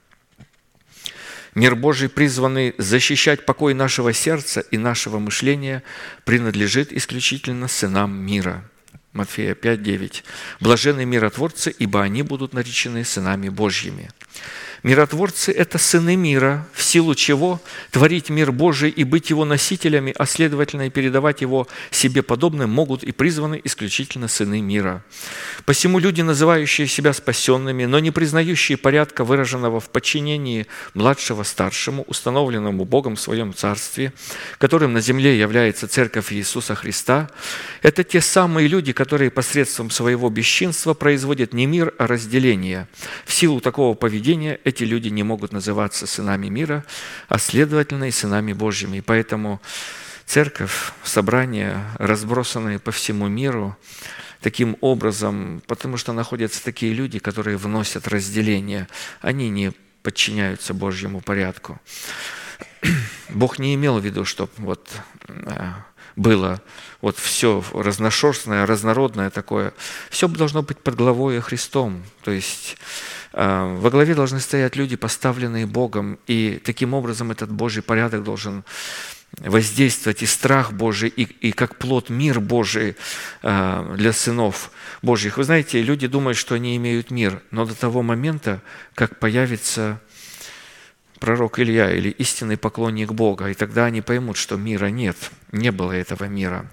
Мир Божий, призванный защищать покой нашего сердца и нашего мышления, принадлежит исключительно сынам мира. Матфея пять, девять. «Блаженны миротворцы, ибо они будут наречены сынами Божьими». Миротворцы – это сыны мира, в силу чего творить мир Божий и быть его носителями, а следовательно и передавать его себе подобным, могут и призваны исключительно сыны мира. Посему люди, называющие себя спасенными, но не признающие порядка, выраженного в подчинении младшего старшему, установленному Богом в своем царстве, которым на земле является Церковь Иисуса Христа, это те самые люди, которые посредством своего бесчинства производят не мир, а разделение. В силу такого поведения эти люди не могут называться сынами мира, а следовательно и сынами Божьими. И поэтому церковь, собрания, разбросанные по всему миру, таким образом, потому что находятся такие люди, которые вносят разделение, они не подчиняются Божьему порядку. Бог не имел в виду, чтобы вот было вот все разношерстное, разнородное такое. Все должно быть под главой Христом. То есть во главе должны стоять люди, поставленные Богом, и таким образом этот Божий порядок должен воздействовать, и страх Божий, и, и как плод мир Божий для сынов Божьих. Вы знаете, люди думают, что они имеют мир, но до того момента, как появится пророк Илья или истинный поклонник Бога, и тогда они поймут, что мира нет, не было этого мира.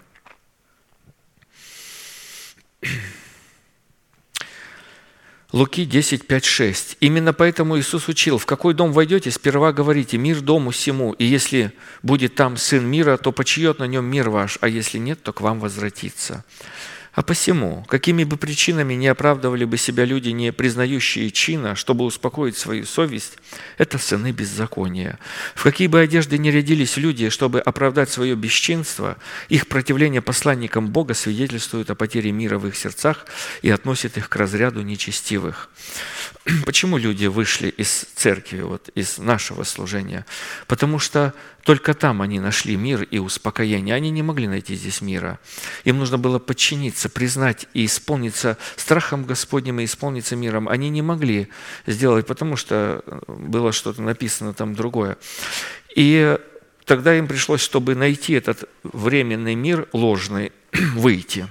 Луки десять, пять, шесть. Именно поэтому Иисус учил: в какой дом войдете, сперва говорите: мир дому сему, и если будет там сын мира, то почиет на нем мир ваш, а если нет, то к вам возвратится. А посему, какими бы причинами не оправдывали бы себя люди, не признающие чина, чтобы успокоить свою совесть, это сыны беззакония. В какие бы одежды ни рядились люди, чтобы оправдать свое бесчинство, их противление посланникам Бога свидетельствует о потере мира в их сердцах и относит их к разряду нечестивых. Почему люди вышли из церкви, вот, из нашего служения? Потому что только там они нашли мир и успокоение. Они не могли найти здесь мира. Им нужно было подчиниться, признать и исполниться страхом Господним и исполниться миром. Они не могли сделать, потому что было что-то написано там другое. И тогда им пришлось, чтобы найти этот временный мир ложный, выйти.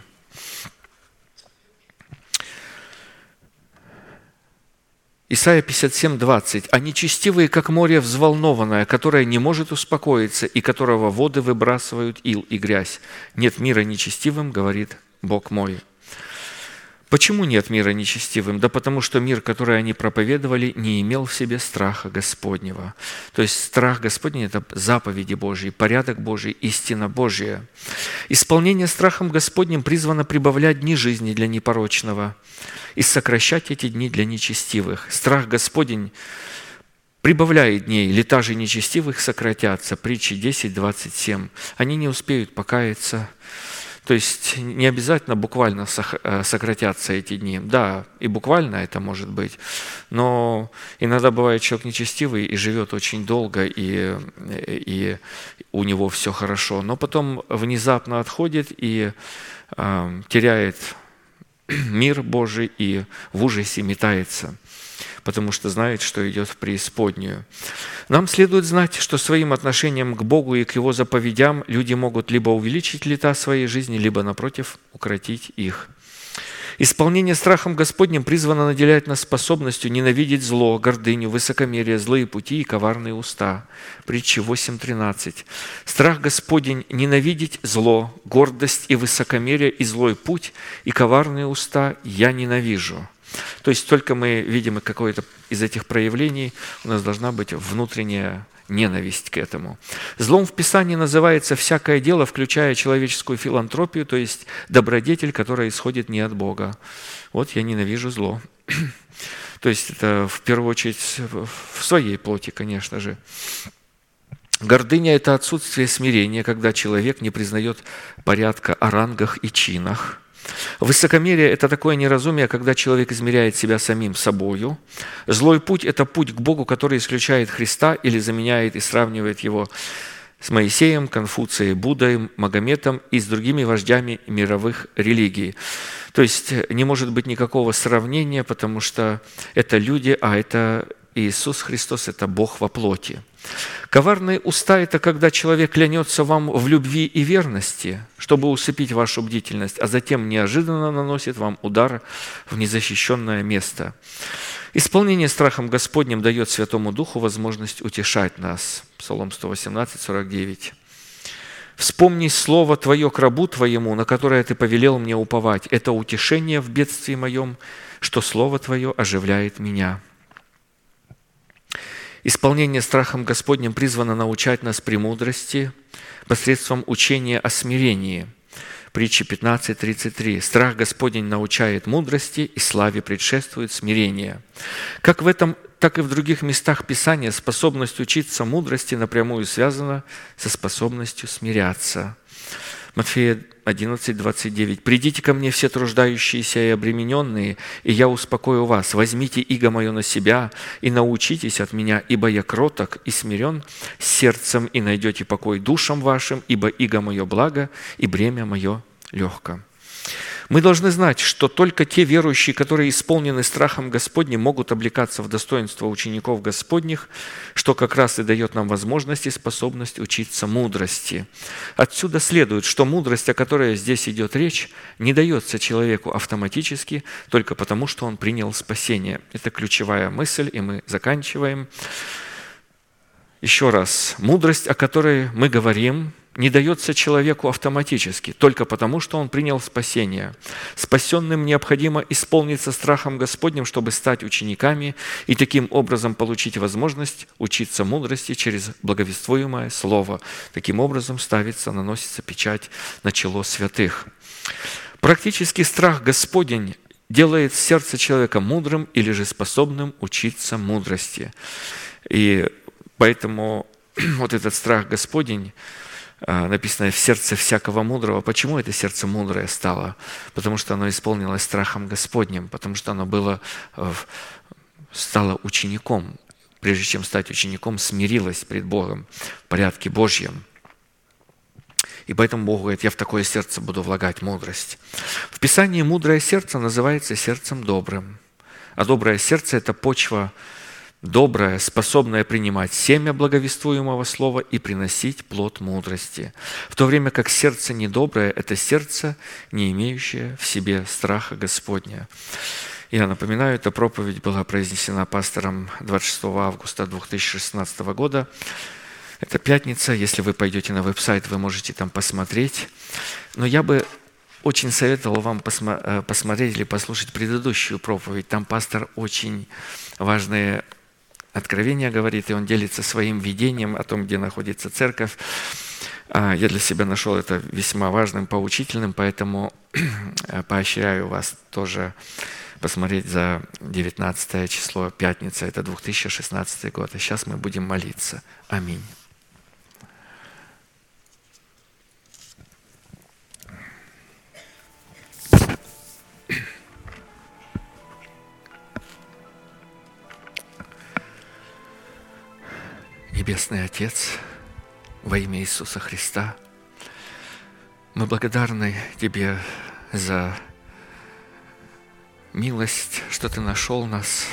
Исайя пятьдесят семь, двадцать. «А нечестивые, как море взволнованное, которое не может успокоиться, и которого воды выбрасывают ил и грязь. Нет мира нечестивым, говорит Бог мой». Почему нет мира нечестивым? Да потому что мир, который они проповедовали, не имел в себе страха Господнего. То есть страх Господний – это заповеди Божьи, порядок Божий, истина Божья. Исполнение страхом Господним призвано прибавлять дни жизни для непорочного и сокращать эти дни для нечестивых. Страх Господень прибавляет дней, лета же нечестивых сократятся. Притчи десять, двадцать семь. Они не успеют покаяться. То есть не обязательно буквально сократятся эти дни. Да, и буквально это может быть, но иногда бывает человек нечестивый и живет очень долго, и, и у него все хорошо, но потом внезапно отходит и э, теряет мир Божий и в ужасе метается, потому что знает, что идет в преисподнюю. Нам следует знать, что своим отношением к Богу и к Его заповедям люди могут либо увеличить лета своей жизни, либо, напротив, укоротить их. Исполнение страхом Господним призвано наделять нас способностью ненавидеть зло, гордыню, высокомерие, злые пути и коварные уста. Притчи восемь, тринадцать. Страх Господень – ненавидеть зло, гордость и высокомерие, и злой путь, и коварные уста я ненавижу. То есть только мы видим какое-то из этих проявлений, у нас должна быть внутренняя ненависть к этому. Злом в Писании называется всякое дело, включая человеческую филантропию, то есть добродетель, которая исходит не от Бога. Вот я ненавижу зло. То есть это в первую очередь в своей плоти, конечно же. Гордыня – это отсутствие смирения, когда человек не признает порядка о рангах и чинах. Высокомерие – это такое неразумие, когда человек измеряет себя самим собою. Злой путь – это путь к Богу, который исключает Христа или заменяет и сравнивает его с Моисеем, Конфуцией, Буддой, Магометом и с другими вождями мировых религий. То есть не может быть никакого сравнения, потому что это люди, а это Иисус Христос – это Бог во плоти. Коварные уста – это когда человек клянется вам в любви и верности, чтобы усыпить вашу бдительность, а затем неожиданно наносит вам удар в незащищенное место. Исполнение страхом Господним дает Святому Духу возможность утешать нас. Псалом сто восемнадцать, сорок девять. «Вспомни слово Твое к рабу Твоему, на которое Ты повелел мне уповать. Это утешение в бедствии моем, что слово Твое оживляет меня». Исполнение страхом Господним призвано научать нас премудрости посредством учения о смирении. Притчи пятнадцать, тридцать три. «Страх Господень научает мудрости, и славе предшествует смирение». Как в этом, так и в других местах Писания способность учиться мудрости напрямую связана со способностью смиряться. Матфея одиннадцать, двадцать девять. «Придите ко мне все труждающиеся и обремененные, и я успокою вас. Возьмите иго мое на себя и научитесь от меня, ибо я кроток и смирен сердцем, и найдете покой душам вашим, ибо иго мое благо, и бремя мое легко». Мы должны знать, что только те верующие, которые исполнены страхом Господним, могут облекаться в достоинство учеников Господних, что как раз и дает нам возможность и способность учиться мудрости. Отсюда следует, что мудрость, о которой здесь идет речь, не дается человеку автоматически, только потому, что он принял спасение. Это ключевая мысль, и мы заканчиваем. Еще раз, мудрость, о которой мы говорим, не дается человеку автоматически, только потому, что он принял спасение. Спасенным необходимо исполниться страхом Господним, чтобы стать учениками и таким образом получить возможность учиться мудрости через благовествуемое Слово. Таким образом ставится, наносится печать на чело святых. Практически страх Господень делает сердце человека мудрым или же способным учиться мудрости. И поэтому вот этот страх Господень, написано «в сердце всякого мудрого». Почему это сердце мудрое стало? Потому что оно исполнилось страхом Господним, потому что оно было, стало учеником. Прежде чем стать учеником, смирилось пред Богом в порядке Божьем. И поэтому Бог говорит, я в такое сердце буду влагать мудрость. В Писании мудрое сердце называется сердцем добрым. А доброе сердце – это почва добрая, способная принимать семя благовествуемого слова и приносить плод мудрости. В то время как сердце недоброе – это сердце, не имеющее в себе страха Господня. Я напоминаю, эта проповедь была произнесена пастором двадцать шестого августа две тысячи шестнадцатого года. Это пятница. Если вы пойдете на веб-сайт, вы можете там посмотреть. Но я бы очень советовал вам посмотреть или послушать предыдущую проповедь. Там пастор очень важные откровения говорит, и он делится своим видением о том, где находится церковь. Я для себя нашел это весьма важным, поучительным, поэтому поощряю вас тоже посмотреть за девятнадцатое число, пятница, это две тысячи шестнадцатый год. А сейчас мы будем молиться. Аминь. Небесный Отец, во имя Иисуса Христа, мы благодарны Тебе за милость, что Ты нашел нас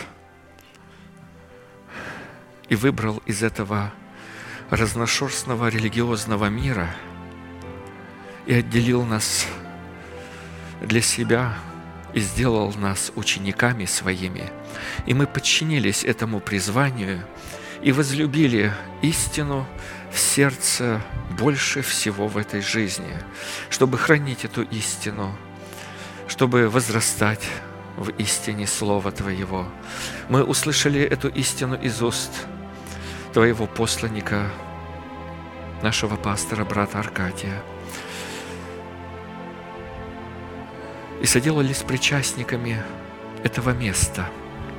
и выбрал из этого разношерстного религиозного мира и отделил нас для себя и сделал нас учениками Своими. И мы подчинились этому призванию и возлюбили истину в сердце больше всего в этой жизни, чтобы хранить эту истину, чтобы возрастать в истине Слова Твоего. Мы услышали эту истину из уст Твоего посланника, нашего пастора, брата Аркадия, и соделались причастниками этого места.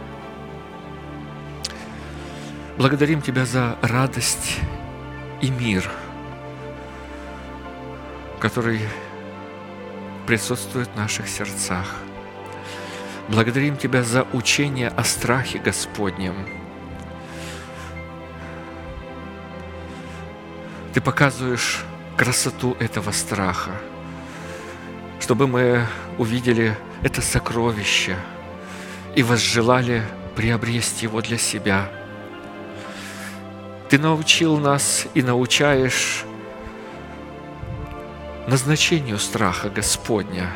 Благодарим Тебя за радость и мир, который присутствует в наших сердцах. Благодарим Тебя за учение о страхе Господнем. Ты показываешь красоту этого страха, чтобы мы увидели это сокровище и возжелали приобрести его для себя. Ты научил нас и научаешь назначению страха Господня.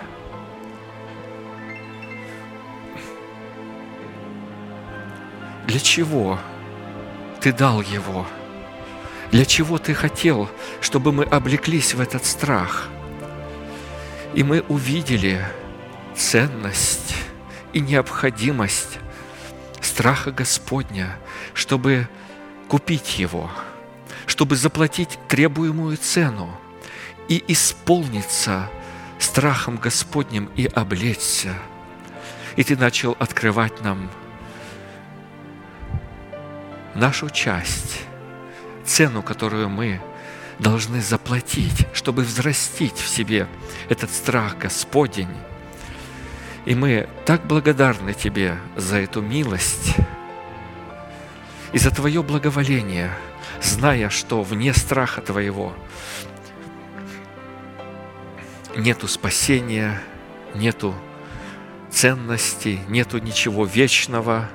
Для чего Ты дал его? Для чего Ты хотел, чтобы мы облеклись в этот страх? И мы увидели ценность и необходимость страха Господня, чтобы купить его, чтобы заплатить требуемую цену и исполниться страхом Господним и облечься. И Ты начал открывать нам нашу часть, цену, которую мы должны заплатить, чтобы взрастить в себе этот страх Господень. И мы так благодарны Тебе за эту милость и за Твое благоволение, зная, что вне страха Твоего нету спасения, нету ценности, нету ничего вечного.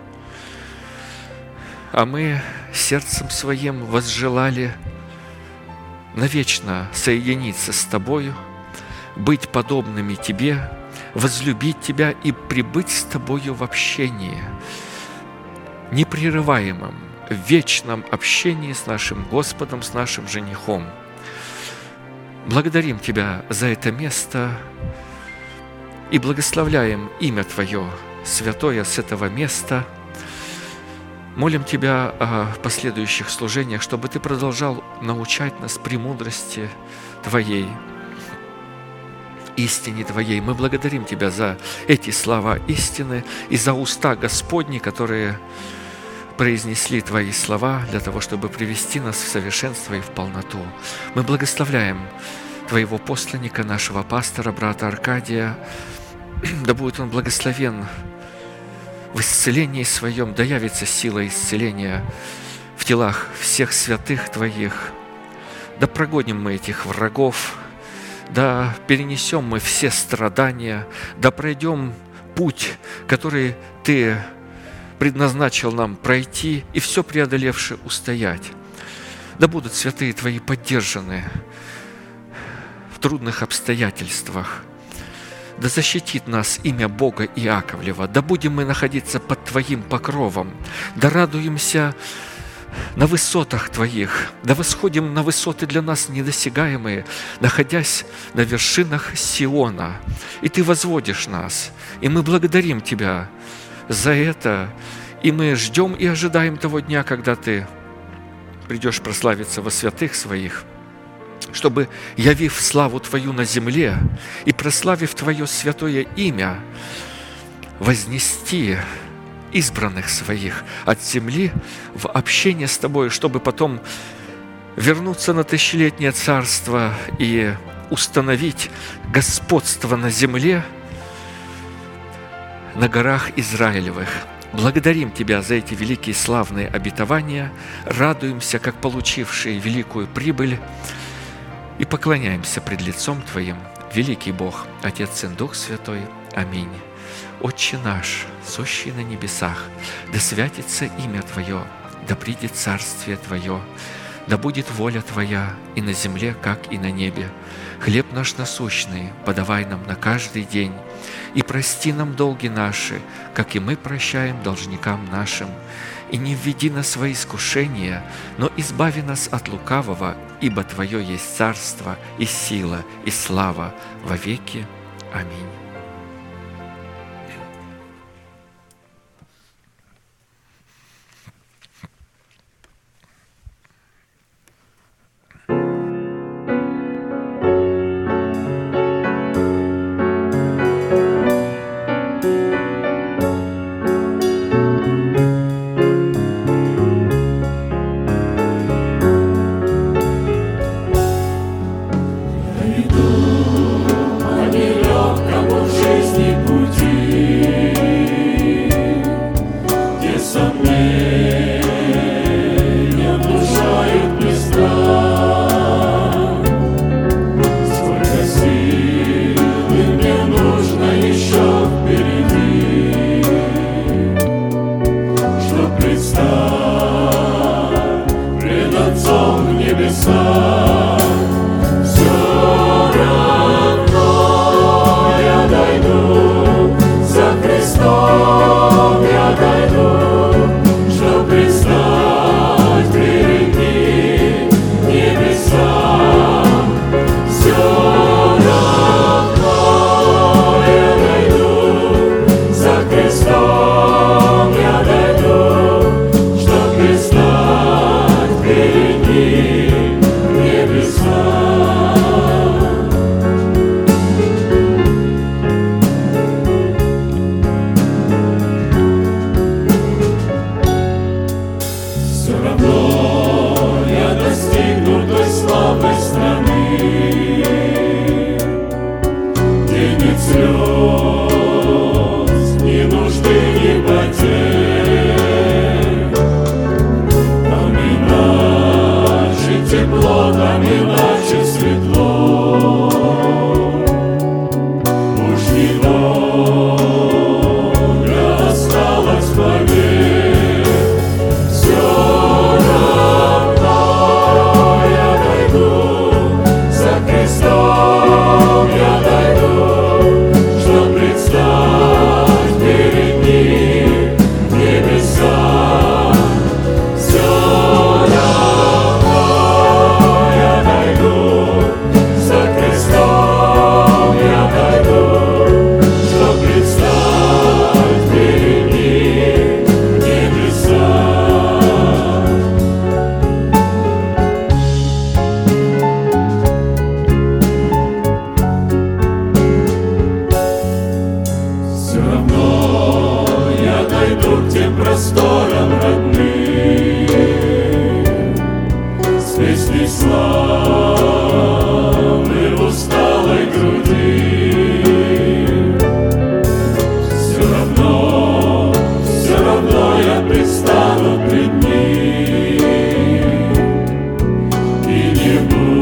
А мы сердцем своим возжелали навечно соединиться с Тобою, быть подобными Тебе, возлюбить Тебя и пребыть с Тобою в общении, непрерываемом, в вечном общении с нашим Господом, с нашим женихом. Благодарим Тебя за это место и благословляем имя Твое, святое, с этого места. Молим Тебя о последующих служениях, чтобы Ты продолжал научать нас премудрости Твоей истине Твоей. Мы благодарим Тебя за эти слова истины и за уста Господни, которые произнесли Твои слова для того, чтобы привести нас в совершенство и в полноту. Мы благословляем Твоего посланника, нашего пастора, брата Аркадия. Да будет он благословен в исцелении своем, да явится сила исцеления в телах всех святых Твоих. Да прогоним мы этих врагов, да перенесем мы все страдания, да пройдем путь, который Ты предназначил нам пройти, и все преодолевши устоять. Да будут святые Твои поддержаны в трудных обстоятельствах. Да защитит нас имя Бога Иаковлева. Да будем мы находиться под Твоим покровом. Да радуемся на высотах Твоих. Да восходим на высоты для нас недосягаемые, находясь на вершинах Сиона. И Ты возводишь нас. И мы благодарим Тебя за это. И мы ждем и ожидаем того дня, когда Ты придешь прославиться во святых Своих, чтобы, явив славу Твою на земле и прославив Твое святое имя, вознести избранных Своих от земли в общение с Тобой, чтобы потом вернуться на тысячелетнее царство и установить господство на земле, на горах Израилевых. Благодарим Тебя за эти великие славные обетования, радуемся, как получившие великую прибыль, и поклоняемся пред лицом Твоим, великий Бог, Отец, Сын, Дух Святой. Аминь. Отче наш, сущий на небесах, да святится имя Твое, да придет царствие Твое, да будет воля Твоя и на земле, как и на небе. Хлеб наш насущный подавай нам на каждый день, и прости нам долги наши, как и мы прощаем должникам нашим. И не введи нас во искушение, но избави нас от лукавого, ибо Твое есть царство, и сила, и слава во веки. Аминь. Все равно я дойду. песни славы в усталой груди. Все равно, все равно я предстану пред ним, и не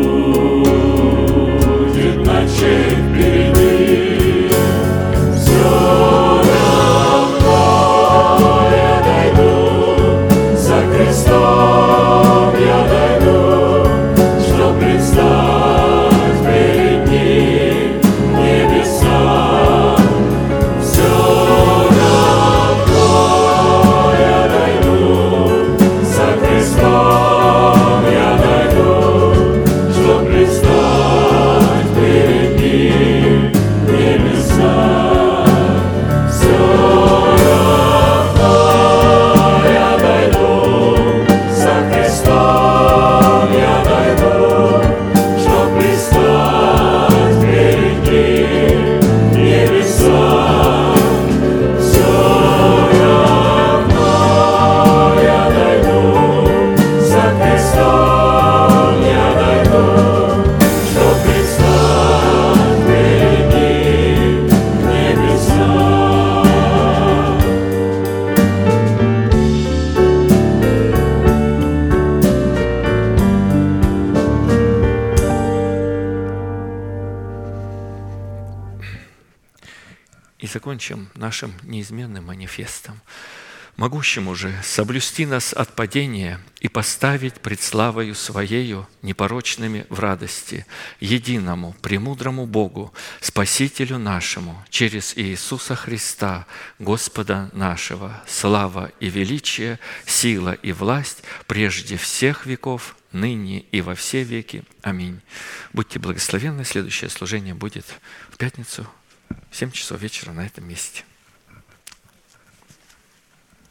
будет ночей впереди. Все равно я дойду, за крестом я дойду, чтоб предстать перед ним в небесах. Все равно я дойду, за крестом я дойду, чтоб предстать перед ним в небесах. Все равно я дойду, за Христом я дойду, чтоб предстать перед ним в небесах. Все равно я дойду, за Христом я дойду, чтоб предстать перед ним в небесах. И закончим нашим неизменным манифестом. Могущему же соблюсти нас от падения и поставить пред славою Своею непорочными в радости, единому, премудрому Богу, Спасителю нашему, через Иисуса Христа, Господа нашего, слава и величие, сила и власть прежде всех веков, ныне и во все веки. Аминь. Будьте благословенны. Следующее служение будет в пятницу в семь часов вечера на этом месте.